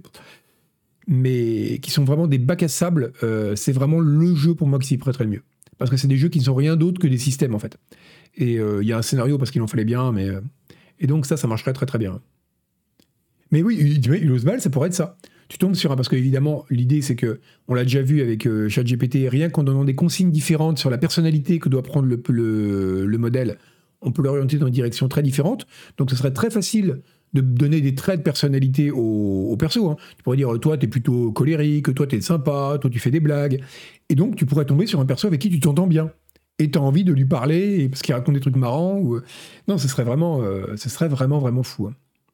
mais qui sont vraiment des bacs à sable, euh, c'est vraiment le jeu pour moi qui s'y prêterait le mieux. Parce que c'est des jeux qui ne sont rien d'autre que des systèmes, en fait. Et il euh, y a un scénario parce qu'il en fallait bien, mais... Euh, et donc ça, ça marcherait très très bien. Mais oui, Ulozmal, ça pourrait être ça. Tu tombes sur un... Parce qu'évidemment, l'idée, c'est que on l'a déjà vu avec euh, ChatGPT, rien qu'en donnant des consignes différentes sur la personnalité que doit prendre le, le, le modèle, on peut l'orienter dans une direction très différente. Donc, ce serait très facile de donner des traits de personnalité au, au perso. Hein. Tu pourrais dire, toi, t'es plutôt colérique, toi, t'es sympa, toi, tu fais des blagues. Et donc, tu pourrais tomber sur un perso avec qui tu t'entends bien. Et t'as envie de lui parler parce qu'il raconte des trucs marrants. Ou... Non, ce serait vraiment, euh, ce serait vraiment, vraiment fou. Hein.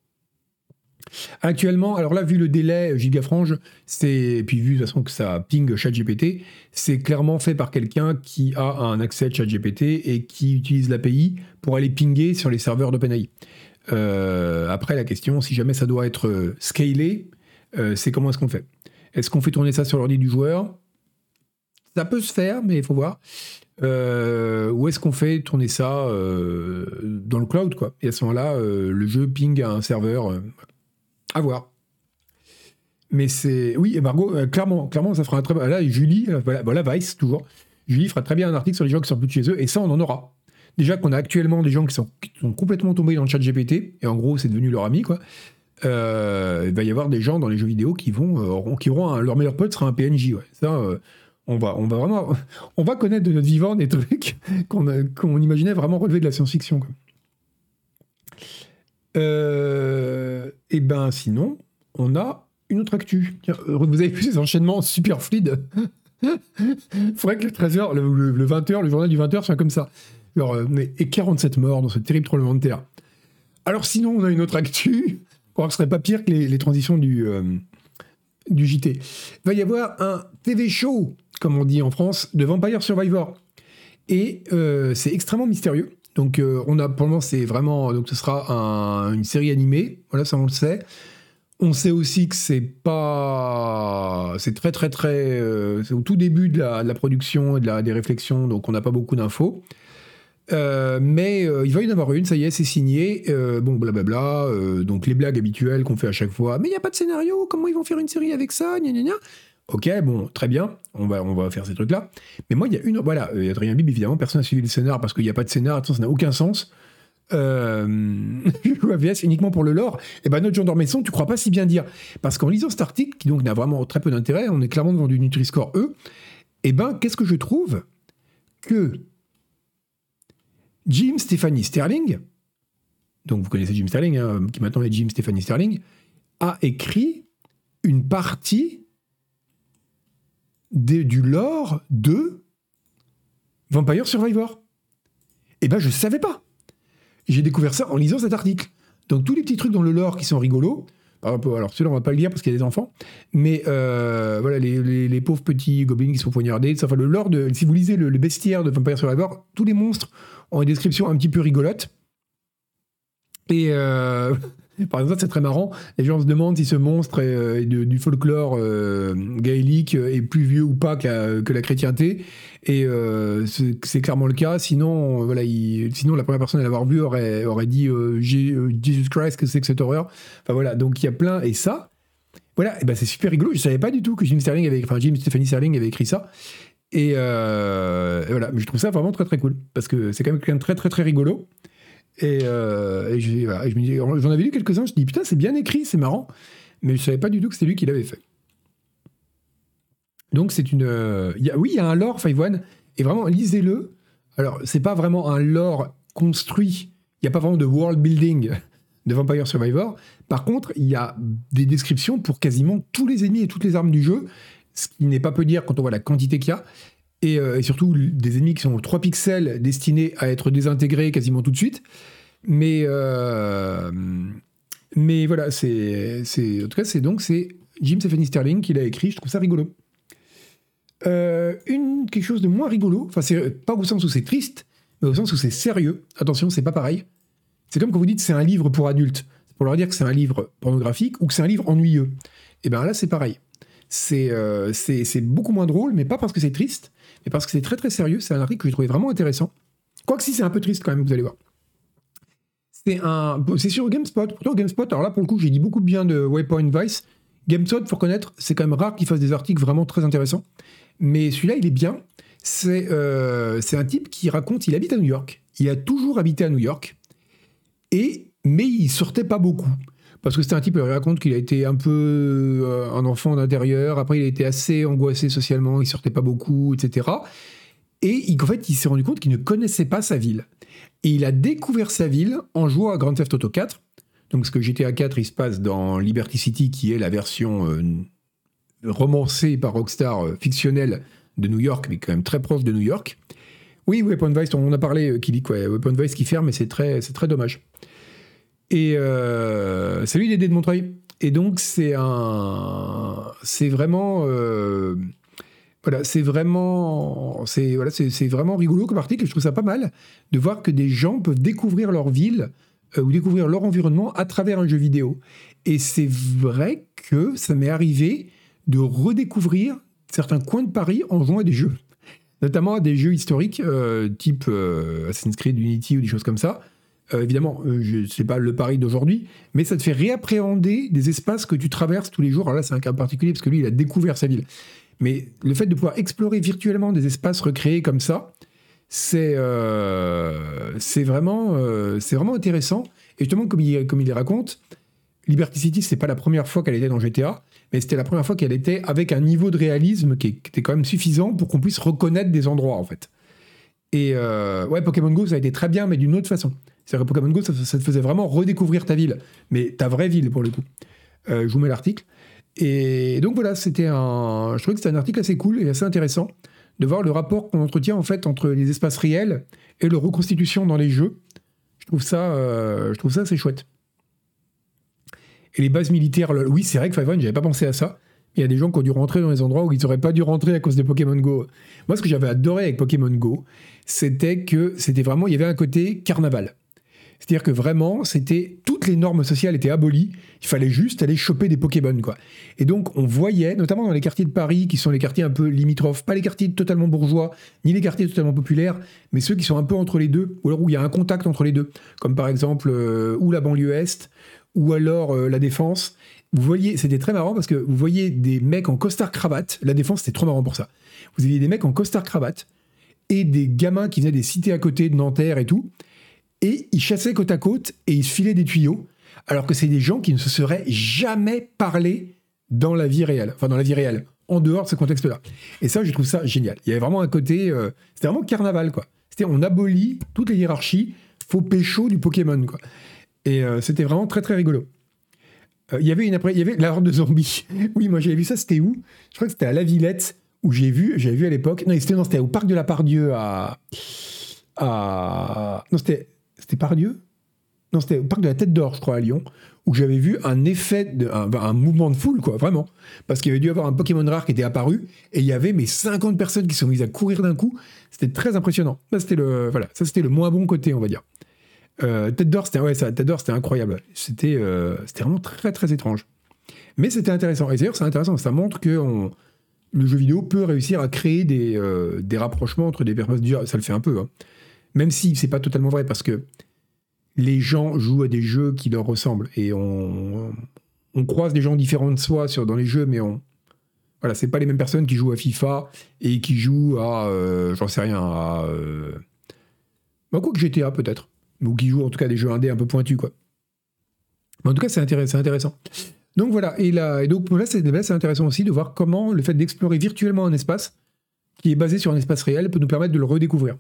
Actuellement, alors là, vu le délai gigafrange, c'est, et puis vu de toute façon que ça ping ChatGPT, c'est clairement fait par quelqu'un qui a un accès à ChatGPT et qui utilise l'A P I pour aller pinguer sur les serveurs d'OpenAI. Euh, après, la question, si jamais ça doit être scalé, euh, c'est comment est-ce qu'on fait ? Est-ce qu'on fait tourner ça sur l'ordi du joueur ? Ça peut se faire, mais il faut voir. Euh, ou est-ce qu'on fait tourner ça euh, dans le cloud, quoi ? Et à ce moment-là, euh, le jeu ping à un serveur... Euh, à voir. Mais c'est... Oui, et Margot, euh, clairement, clairement, ça fera un très... Là, Julie, euh, voilà, voilà, Vice, toujours. Julie fera très bien un article sur les gens qui sont plus de chez eux, et ça, on en aura. Déjà qu'on a actuellement des gens qui sont, qui sont complètement tombés dans le chat G P T, et en gros, c'est devenu leur ami, quoi. euh, il va y avoir des gens dans les jeux vidéo qui vont, euh, auront- qui auront un- leur meilleur pote sera un P N J. Ouais. Ça, euh, on va, on va vraiment, on va connaître de notre vivant des trucs qu'on a- qu'on imaginait vraiment relever de la science-fiction. Quoi. Euh, et ben sinon, on a une autre actu. Tiens, euh, vous avez vu ces enchaînements super fluides. Faudrait que le treize heures, le, le- le vingt heures, le journal du vingt heures soit comme ça. Alors, euh, mais, et quarante-sept morts dans ce terrible tremblement de terre. Alors sinon, on a une autre actu. Je crois que ce serait pas pire que les, les transitions du, euh, du J T. Il va y avoir un T V show, comme on dit en France, de Vampire Survivor. Et euh, c'est extrêmement mystérieux. Donc euh, on a, pour le moment, c'est vraiment... Donc ce sera un- une série animée. Voilà, ça on le sait. On sait aussi que c'est pas... C'est très très très... euh, c'est au tout début de la, de la production et de la, des réflexions, donc on n'a pas beaucoup d'infos. Euh, mais euh, il va y en avoir une, ça y est, c'est signé. Euh, bon, blablabla. Euh, donc les blagues habituelles qu'on fait à chaque fois. Mais il n'y a pas de scénario, comment ils vont faire une série avec ça, gna gna gna. Ok, bon, très bien, on va, on va faire ces trucs-là. Mais moi, il y a une... Voilà, euh, Adrien Bib, évidemment, personne n'a suivi le scénar parce qu'il n'y a pas de scénar, ça n'a aucun sens. Euh... A V S uniquement pour le lore. Et ben notre Jean d'Ormesson, tu crois pas si bien dire. Parce qu'en lisant cet article, qui donc n'a vraiment très peu d'intérêt, on est clairement devant du Nutri-Score E, et ben qu'est-ce que je trouve que Jim Stephanie Sterling, donc vous connaissez Jim Sterling, hein, qui maintenant est Jim Stephanie Sterling, a écrit une partie de, du lore de Vampire Survivor. Et ben je savais pas. J'ai découvert ça en lisant cet article. Donc tous les petits trucs dans le lore qui sont rigolos, par exemple, alors celui-là on va pas le lire parce qu'il y a des enfants, mais euh, voilà, les, les, les pauvres petits gobelins qui sont poignardés, enfin le lore de, si vous lisez le, le bestiaire de Vampire Survivor, tous les monstres ont une description un petit peu rigolote. Et euh, par exemple, c'est très marrant, les gens se demandent si ce monstre est, euh, est de, du folklore euh, gaélique est plus vieux ou pas que la, que la chrétienté. Et euh, c'est, c'est clairement le cas. Sinon, euh, voilà, il, sinon la première personne à l'avoir vu aurait, aurait dit euh, euh, Jesus Christ, que c'est que cette horreur. Enfin voilà, donc il y a plein. Et ça, voilà, et ben c'est super rigolo. Je savais pas du tout que Jim Sterling avait, enfin Jim Stephanie Sterling avait écrit ça. Et, euh, et voilà, mais je trouve ça vraiment très très cool parce que c'est quand même quelqu'un de très très très rigolo. Et, euh, et, je, voilà, et je me dis, j'en avais lu quelques-uns, je me dis putain, c'est bien écrit, c'est marrant, mais je savais pas du tout que c'était lui qui l'avait fait. Donc c'est une. Euh, y a, oui, il y a un lore Five One, et vraiment lisez-le. Alors, c'est pas vraiment un lore construit, il n'y a pas vraiment de world building de Vampire Survivor. Par contre, il y a des descriptions pour quasiment tous les ennemis et toutes les armes du jeu, ce qui n'est pas peu dire quand on voit la quantité qu'il y a. Et, euh, et surtout des ennemis qui sont trois pixels destinés à être désintégrés quasiment tout de suite. Mais, euh, mais voilà, c'est, c'est, en tout cas, c'est donc c'est Jim Stephanie Sterling qui l'a écrit. Je trouve ça rigolo. Euh, une, quelque chose de moins rigolo, enfin, c'est pas au sens où c'est triste, mais au sens où c'est sérieux. Attention, c'est pas pareil. C'est comme quand vous dites c'est un livre pour adultes. C'est pour leur dire que c'est un livre pornographique ou que c'est un livre ennuyeux. Et bien là, c'est pareil. C'est, euh, c'est, c'est beaucoup moins drôle, mais pas parce que c'est triste, mais parce que c'est très très sérieux. C'est un article que j'ai trouvé vraiment intéressant. Quoique si c'est un peu triste quand même, vous allez voir. C'est, un, c'est sur GameSpot. Pourtant, GameSpot, alors là pour le coup, j'ai dit beaucoup de bien de Waypoint Vice. GameSpot, faut reconnaître, c'est quand même rare qu'ils fassent des articles vraiment très intéressants. Mais celui-là, il est bien. C'est, euh, c'est un type qui raconte, il habite à New York. Il a toujours habité à New York. Et, mais il sortait pas beaucoup. Parce que c'était un type qui raconte qu'il a été un peu euh, un enfant d'intérieur. Après, il a été assez angoissé socialement. Il sortait pas beaucoup, et cetera. Et il, en fait, il s'est rendu compte qu'il ne connaissait pas sa ville. Et il a découvert sa ville en jouant à Grand Theft Auto quatre. Donc, parce que G T A quatre, il se passe dans Liberty City, qui est la version euh, romancée par Rockstar, euh, fictionnelle de New York, mais quand même très proche de New York. Oui, Weapon Vice, on en a parlé, euh, qui dit quoi, Weapon Vice qui ferme, mais c'est très, c'est très dommage. Et euh, c'est lui l'idée de Montreuil. Et donc, c'est un. C'est vraiment. Euh, voilà, c'est vraiment. C'est, voilà, c'est, c'est vraiment rigolo comme article. Et je trouve ça pas mal de voir que des gens peuvent découvrir leur ville euh, ou découvrir leur environnement à travers un jeu vidéo. Et c'est vrai que ça m'est arrivé de redécouvrir certains coins de Paris en jouant à des jeux. Notamment à des jeux historiques, euh, type euh, Assassin's Creed Unity ou des choses comme ça. Euh, évidemment, euh, c'est pas le Paris d'aujourd'hui, mais ça te fait réappréhender des espaces que tu traverses tous les jours. Alors là, c'est un cas particulier parce que lui, il a découvert sa ville. Mais le fait de pouvoir explorer virtuellement des espaces recréés comme ça, c'est, euh, c'est, vraiment, euh, c'est vraiment intéressant. Et justement, comme il, comme il les raconte, Liberty City, c'est pas la première fois qu'elle était dans G T A, mais c'était la première fois qu'elle était avec un niveau de réalisme qui était quand même suffisant pour qu'on puisse reconnaître des endroits, en fait. Et euh, ouais, Pokémon Go, ça a été très bien, mais d'une autre façon. C'est-à-dire que Pokémon Go, ça, ça te faisait vraiment redécouvrir ta ville, mais ta vraie ville, pour le coup. Euh, je vous mets l'article. Et donc voilà, c'était un... je trouvais que c'était un article assez cool et assez intéressant de voir le rapport qu'on entretient, en fait, entre les espaces réels et leur reconstitution dans les jeux. Je trouve ça, euh, je trouve ça assez chouette. Et les bases militaires, le... oui, c'est vrai que Five One, j'avais pas pensé à ça. Il y a des gens qui ont dû rentrer dans les endroits où ils n'auraient pas dû rentrer à cause de Pokémon Go. Moi, ce que j'avais adoré avec Pokémon Go, c'était que c'était vraiment, il y avait un côté carnaval. C'est-à-dire que vraiment, c'était toutes les normes sociales étaient abolies. Il fallait juste aller choper des Pokémon, quoi. Et donc, on voyait, notamment dans les quartiers de Paris, qui sont les quartiers un peu limitrophes, pas les quartiers totalement bourgeois, ni les quartiers totalement populaires, mais ceux qui sont un peu entre les deux, ou alors où il y a un contact entre les deux, comme par exemple euh, ou la banlieue est, ou alors euh, la Défense. Vous voyez, c'était très marrant parce que vous voyez des mecs en costard-cravate. La Défense, c'était trop marrant pour ça. Vous aviez des mecs en costard-cravate et des gamins qui venaient des cités à côté de Nanterre et tout. Et ils chassaient côte à côte et ils se filaient des tuyaux. Alors que c'est des gens qui ne se seraient jamais parlé dans la vie réelle. Enfin, dans la vie réelle. En dehors de ce contexte-là. Et ça, je trouve ça génial. Il y avait vraiment un côté... Euh, c'était vraiment carnaval, quoi. C'était on abolit toutes les hiérarchies. Faux pécho du Pokémon, quoi. Et euh, c'était vraiment très, très rigolo. Il euh, y avait une après, il y avait la horde de zombies. Oui, moi j'avais vu ça, c'était où? Je crois que c'était à La Villette où j'ai vu, j'avais vu à l'époque. Non, c'était, non, c'était au parc de la Pardieu à, à... non, c'était, c'était Pardieu. Non, c'était au parc de la Tête d'Or, je crois, à Lyon, où j'avais vu un effet, de, un, un mouvement de foule, quoi, vraiment, parce qu'il y avait dû y avoir un Pokémon rare qui était apparu et il y avait mes cinquante personnes qui sont mises à courir d'un coup. C'était très impressionnant. Ça, c'était le, voilà, ça c'était le moins bon côté, on va dire. Euh, Tête d'Or, c'était, ouais, ça, Tête d'Or, c'était incroyable. C'était, euh, c'était vraiment très, très étrange. Mais c'était intéressant. Et d'ailleurs, c'est intéressant. Ça montre que on, le jeu vidéo peut réussir à créer des, euh, des rapprochements entre des personnes. Déjà, ça le fait un peu. Hein. Même si c'est pas totalement vrai, parce que les gens jouent à des jeux qui leur ressemblent. Et on, on croise des gens différents de soi sur, dans les jeux, mais on... Voilà, c'est pas les mêmes personnes qui jouent à FIFA et qui jouent à... Euh, j'en sais rien, à... Euh, bah, quoi que G T A, peut-être. Ou qui jouent en tout cas des jeux indés un peu pointus, quoi. Mais en tout cas, c'est intéressant. C'est intéressant. Donc voilà, et, là, et donc là c'est, là, c'est intéressant aussi de voir comment le fait d'explorer virtuellement un espace qui est basé sur un espace réel peut nous permettre de le redécouvrir.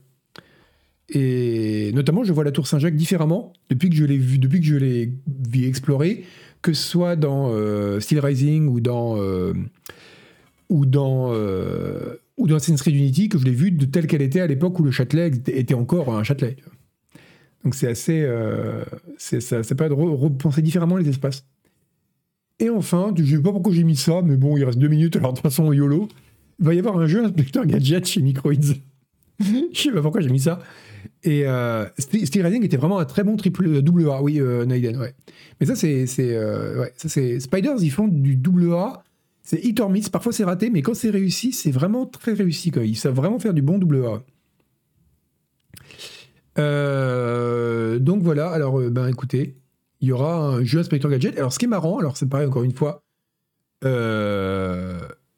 Et notamment, je vois la Tour Saint-Jacques différemment depuis que je l'ai vu, depuis que je l'ai vu explorer, que ce soit dans euh, Steel Rising ou dans euh, ou dans euh, ou dans Assassin's Creed Unity, que je l'ai vu de telle qu'elle était à l'époque où le Châtelet était encore un Châtelet. Donc c'est assez... Euh, c'est, ça, ça permet de re- repenser différemment les espaces. Et enfin, je ne sais pas pourquoi j'ai mis ça, mais bon, il reste deux minutes, alors de toute façon, YOLO. Il va y avoir un jeu Inspecteur Gadget chez Microids. Je ne sais pas pourquoi j'ai mis ça. Et euh, Steel Rising était vraiment un très bon triple double A, oui, euh, Naiden, ouais. Mais ça, c'est... c'est, euh, ouais, ça, c'est Spiders, ils font du double A. C'est hit or miss, parfois c'est raté, mais quand c'est réussi, c'est vraiment très réussi, quoi. Ils savent vraiment faire du bon double A. Euh, donc voilà, alors euh, ben écoutez, il y aura un jeu Inspector Gadget. Alors ce qui est marrant, alors c'est pareil encore une fois, euh,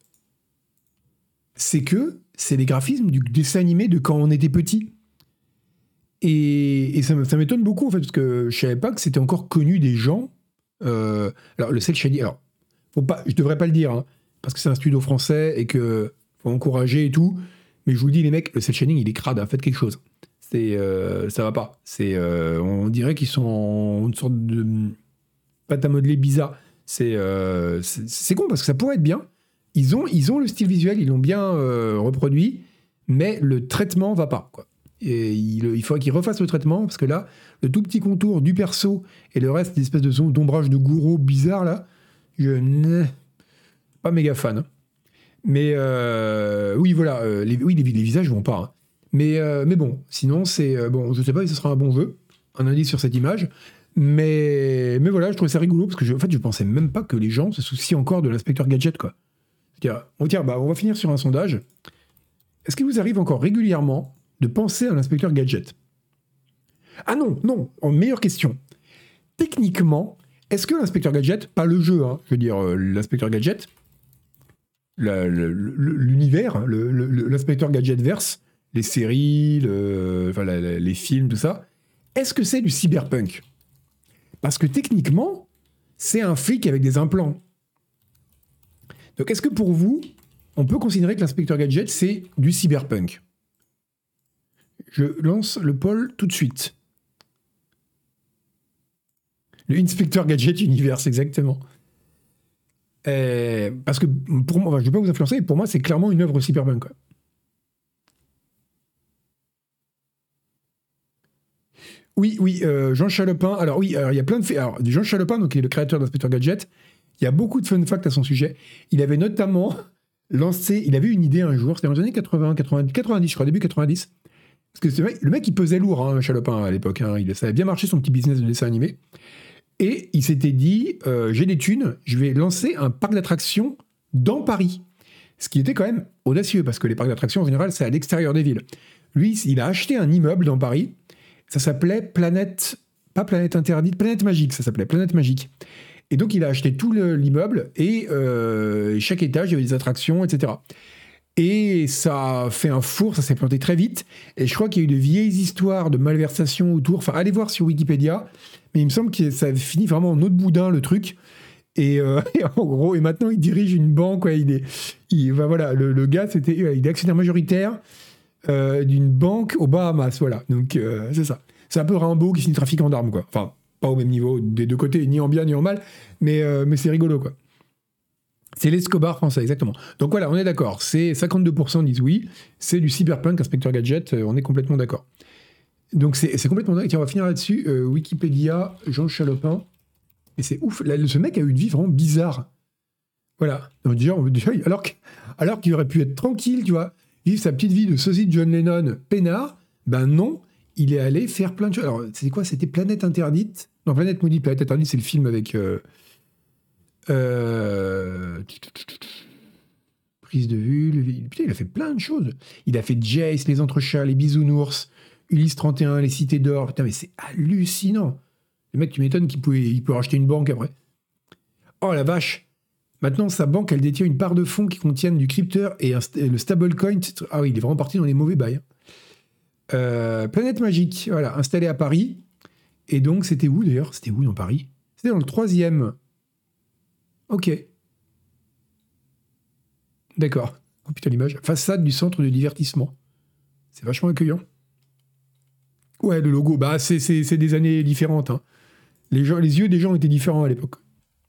c'est que c'est les graphismes du dessin animé de quand on était petit. Et, et ça, ça m'étonne beaucoup en fait, parce que je savais pas que c'était encore connu des gens. Euh, alors le cel shading, alors faut pas, je devrais pas le dire, hein, parce que c'est un studio français et que faut encourager et tout. Mais je vous le dis les mecs, le cel shading il est crade, hein, faites quelque chose. C'est, euh, ça va pas. C'est, euh, on dirait qu'ils sont en une sorte de pâte à modeler bizarre. C'est, euh, c'est, c'est con parce que ça pourrait être bien. Ils ont, ils ont le style visuel, ils l'ont bien euh, reproduit, mais le traitement va pas, quoi. Et il, il faudrait qu'ils refassent le traitement parce que là, le tout petit contour du perso et le reste, d'espèce de zone d'ombrage de gourou bizarre là, je n'ai pas méga fan. Hein. Mais euh, oui, voilà, euh, les, oui, les, les visages vont pas. Hein. Mais, euh, mais bon, sinon, c'est... Euh, bon, je sais pas si ce sera un bon jeu, un indice sur cette image, mais, mais voilà, je trouvais ça rigolo, parce que je, en fait, je pensais même pas que les gens se soucient encore de l'inspecteur Gadget, quoi. C'est-à-dire, on, tiens, bah, on va finir sur un sondage. Est-ce qu'il vous arrive encore régulièrement de penser à l'inspecteur Gadget? Ah non, non, en meilleure question. Techniquement, est-ce que l'inspecteur Gadget, pas le jeu, hein, je veux dire, euh, l'inspecteur Gadget, la, le, le, l'univers, le, le, l'inspecteur Gadget verse, les séries, le, enfin, la, la, les films, tout ça, est-ce que c'est du cyberpunk? Parce que techniquement, c'est un flic avec des implants. Donc est-ce que pour vous, on peut considérer que l'inspecteur Gadget, c'est du cyberpunk? Je lance le poll tout de suite. Le Inspecteur Gadget Universe, exactement. Euh, parce que pour moi, enfin, je ne vais pas vous influencer, mais pour moi, c'est clairement une œuvre cyberpunk, quoi. Oui, oui, euh, Jean Chalopin. Alors oui, alors, il y a plein de faits. Alors, Jean Chalopin, donc, qui est le créateur d'Inspecteur Gadget, il y a beaucoup de fun facts à son sujet. Il avait notamment lancé, il avait une idée un jour, c'était dans les années quatre-vingts, quatre-vingt-dix, quatre-vingt-dix, je crois, début quatre-vingt-dix. Parce que ce mec, le mec, il pesait lourd, hein, Chalopin, à l'époque. Hein, il, ça avait bien marché son petit business de dessin animé. Et il s'était dit, euh, j'ai des thunes, je vais lancer un parc d'attractions dans Paris. Ce qui était quand même audacieux, parce que les parcs d'attractions, en général, c'est à l'extérieur des villes. Lui, il a acheté un immeuble dans Paris, ça s'appelait Planète, pas Planète Interdite, Planète Magique, ça s'appelait Planète Magique. Et donc, il a acheté tout le, l'immeuble, et euh, chaque étage, il y avait des attractions, et cetera. Et ça a fait un four, ça s'est planté très vite. Et je crois qu'il y a eu de vieilles histoires de malversation autour. Enfin, allez voir sur Wikipédia. Mais il me semble que ça finit vraiment en eau de boudin, le truc. Et, euh, et en gros, et maintenant, il dirige une banque. Ouais, il est, il, ben voilà, le, le gars, c'était, il est actionnaire majoritaire euh, d'une banque aux Bahamas. Voilà, donc euh, c'est ça. C'est un peu Rimbaud qui signe trafiquant d'armes, quoi. Enfin, pas au même niveau des deux côtés, ni en bien ni en mal. Mais, euh, mais c'est rigolo, quoi. C'est l'Escobar français, exactement. Donc voilà, on est d'accord. C'est cinquante-deux pour cent disent oui. C'est du cyberpunk, Inspecteur Gadget. Euh, on est complètement d'accord. Donc c'est, c'est complètement dingue. Tiens, on va finir là-dessus. Euh, Wikipédia, Jean Chalopin. Et c'est ouf. Là, ce mec a eu une vie vraiment bizarre. Voilà. Donc, déjà, déjà, alors, que, alors qu'il aurait pu être tranquille, tu vois, vivre sa petite vie de sosie de John Lennon, peinard, ben non, il est allé faire plein de choses. Alors, c'était quoi? C'était Planète Interdite. Non, Planète Maudite, Planète Interdite, c'est le film avec... Euh, Euh... Prise de vue. Le... Putain, il a fait plein de choses. Il a fait Jace, Les Entrechats, Les Bisounours, Ulysse trente et un, Les Cités d'Or. Putain, mais c'est hallucinant. Le mec, tu m'étonnes qu'il pouvait, il peut racheter une banque après. Oh la vache. Maintenant, sa banque, elle détient une part de fonds qui contiennent du crypteur et, un, et le stablecoin. Ah oui, il est vraiment parti dans les mauvais bails. Euh, Planète Magique, voilà, installé à Paris. Et donc, c'était où d'ailleurs? C'était où dans Paris? C'était dans le troisième. Ok. D'accord. Oh putain, l'image. Façade du centre de divertissement. C'est vachement accueillant. Ouais, le logo. Bah, c'est, c'est, c'est des années différentes. Hein. Les, gens, les yeux des gens étaient différents à l'époque.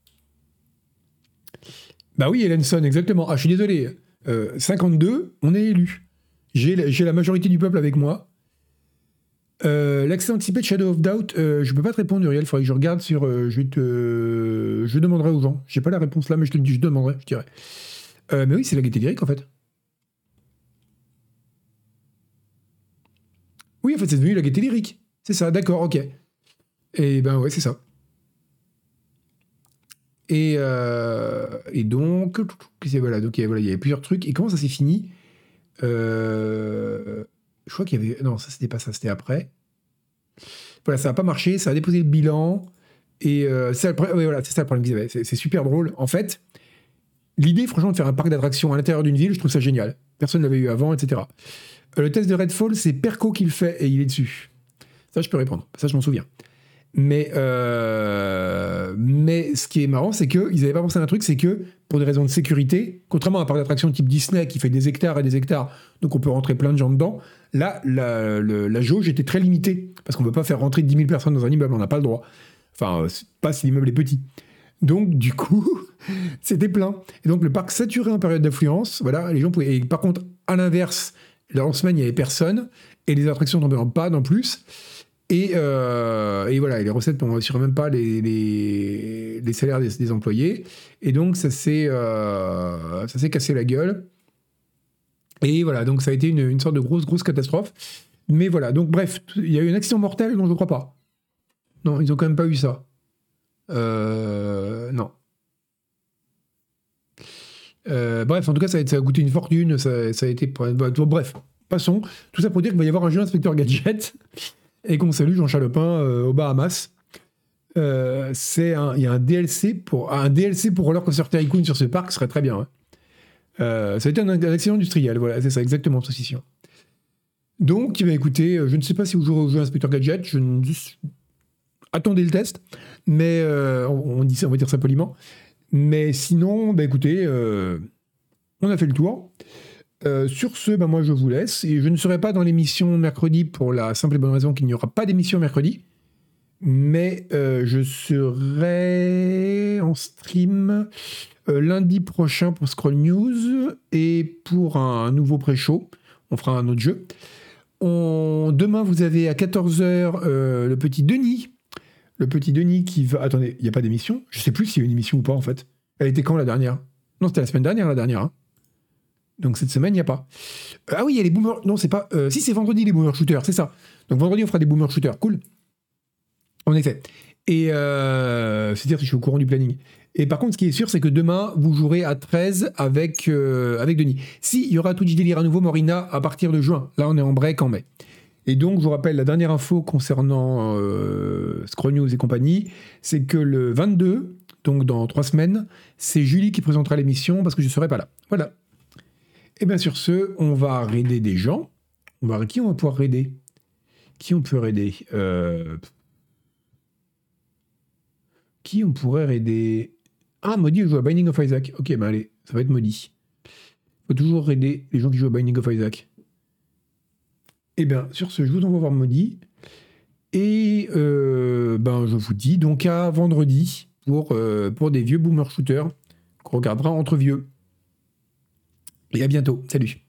Bah oui, Ellenson, exactement. Ah, je suis désolé. Euh, cinquante-deux, on est élu. J'ai, j'ai la majorité du peuple avec moi. Euh, l'accès anticipé de Shadow of Doubt, euh, je peux pas te répondre, Uriel. Il faudrait que je regarde sur. Euh, je vais te. Je demanderai aux gens. J'ai pas la réponse là, mais je te le dis, je demanderai, je dirais. Euh, mais oui, c'est la gaieté lyrique en fait. Oui, en fait, c'est devenu la gaieté lyrique. C'est ça, d'accord, ok. Et ben ouais, c'est ça. Et, euh, et donc, voilà, donc voilà, il y avait plusieurs trucs. Et comment ça s'est fini? euh, Je crois qu'il y avait. Non, ça c'était pas ça, c'était après. Voilà, ça n'a pas marché, ça a déposé le bilan. Et euh, c'est, ça, ouais, voilà, c'est ça le problème qu'ils avaient. C'est, c'est super drôle. En fait, l'idée, franchement, de faire un parc d'attractions à l'intérieur d'une ville, je trouve ça génial. Personne ne l'avait eu avant, et cetera. Euh, le test de Redfall, c'est Perco qui le fait et il est dessus. Ça, je peux répondre. Ça, je m'en souviens. Mais, euh, mais ce qui est marrant, c'est qu'ils n'avaient pas pensé à un truc, c'est que, pour des raisons de sécurité, contrairement à un parc d'attractions type Disney qui fait des hectares et des hectares, donc on peut rentrer plein de gens dedans, là, la, la, la jauge était très limitée, parce qu'on ne peut pas faire rentrer dix mille personnes dans un immeuble, on n'a pas le droit. Enfin, pas si l'immeuble est petit. Donc, du coup, c'était plein. Et donc, le parc saturé en période d'affluence, voilà, les gens pouvaient... Et par contre, à l'inverse, en semaine, il n'y avait personne, et les attractions tombaient en panne en plus. Et, euh, et voilà, et les recettes n'assuraient même pas les, les, les salaires des, des employés. Et donc, ça s'est, euh, ça s'est cassé la gueule. Et voilà, donc ça a été une, une sorte de grosse, grosse catastrophe. Mais voilà, donc bref, il y a eu un accident mortel? Non, je ne crois pas. Non, ils n'ont quand même pas eu ça. Euh, non. Euh, bref, en tout cas, ça a, ça a coûté une fortune. Ça, ça a été... Bref, passons. Tout ça pour dire qu'il va y avoir un jeu Inspecteur Gadget. Et qu'on salue Jean Chalopin euh, aux Bahamas. Euh, c'est un, il y a un D L C pour un D L C pour Roller Coaster Tycoon sur ce parc, ce serait très bien. Hein. Euh, ça a été un, un accident industriel, voilà, c'est ça exactement, saucisson. Donc, eh bien, écoutez, je ne sais pas si vous jouerez au jeu Inspecteur Gadget. Je ne... attendez le test, mais euh, on, on, dit ça, on va dire ça poliment. Mais sinon, bah, écoutez, euh, on a fait le tour. Euh, sur ce, bah, moi je vous laisse. Et je ne serai pas dans l'émission mercredi pour la simple et bonne raison qu'il n'y aura pas d'émission mercredi. Mais euh, je serai en stream euh, lundi prochain pour Scroll News et pour un, un nouveau pré-show. On fera un autre jeu. On... Demain, vous avez à quatorze heures euh, le petit Denis. Le petit Denis qui va... Attendez, il n'y a pas d'émission? Je ne sais plus s'il y a une émission ou pas, en fait. Elle était quand, la dernière? Non, c'était la semaine dernière, la dernière. Hein. Donc cette semaine, il n'y a pas. Euh, ah oui, il y a les Boomer... Non, c'est pas... Euh, si, c'est vendredi, les Boomer Shooters, c'est ça. Donc vendredi, on fera des Boomer Shooters. Cool. En effet. Et euh, c'est-à-dire que je suis au courant du planning. Et par contre, ce qui est sûr, c'est que demain, vous jouerez à treize avec, euh, avec Denis. Si, il y aura Twitch Délire à nouveau, Morina, à partir de juin. Là, on est en break en mai. Et donc, je vous rappelle, la dernière info concernant euh, Scroll News et compagnie, c'est que le vingt-deux, donc dans trois semaines, c'est Julie qui présentera l'émission parce que je ne serai pas là. Voilà. Et bien sur ce, on va raider des gens. On va... Qui on va pouvoir raider? Qui on peut raider euh... Qui on pourrait raider? Ah, Maudit joue à Binding of Isaac. Ok, bah allez, ça va être Maudit. Faut toujours raider les gens qui jouent à Binding of Isaac. Et bien, sur ce, je vous envoie voir Maudit. Et euh, ben, je vous dis donc à vendredi pour, euh, pour des vieux boomer shooters qu'on regardera entre vieux. Et à bientôt. Salut.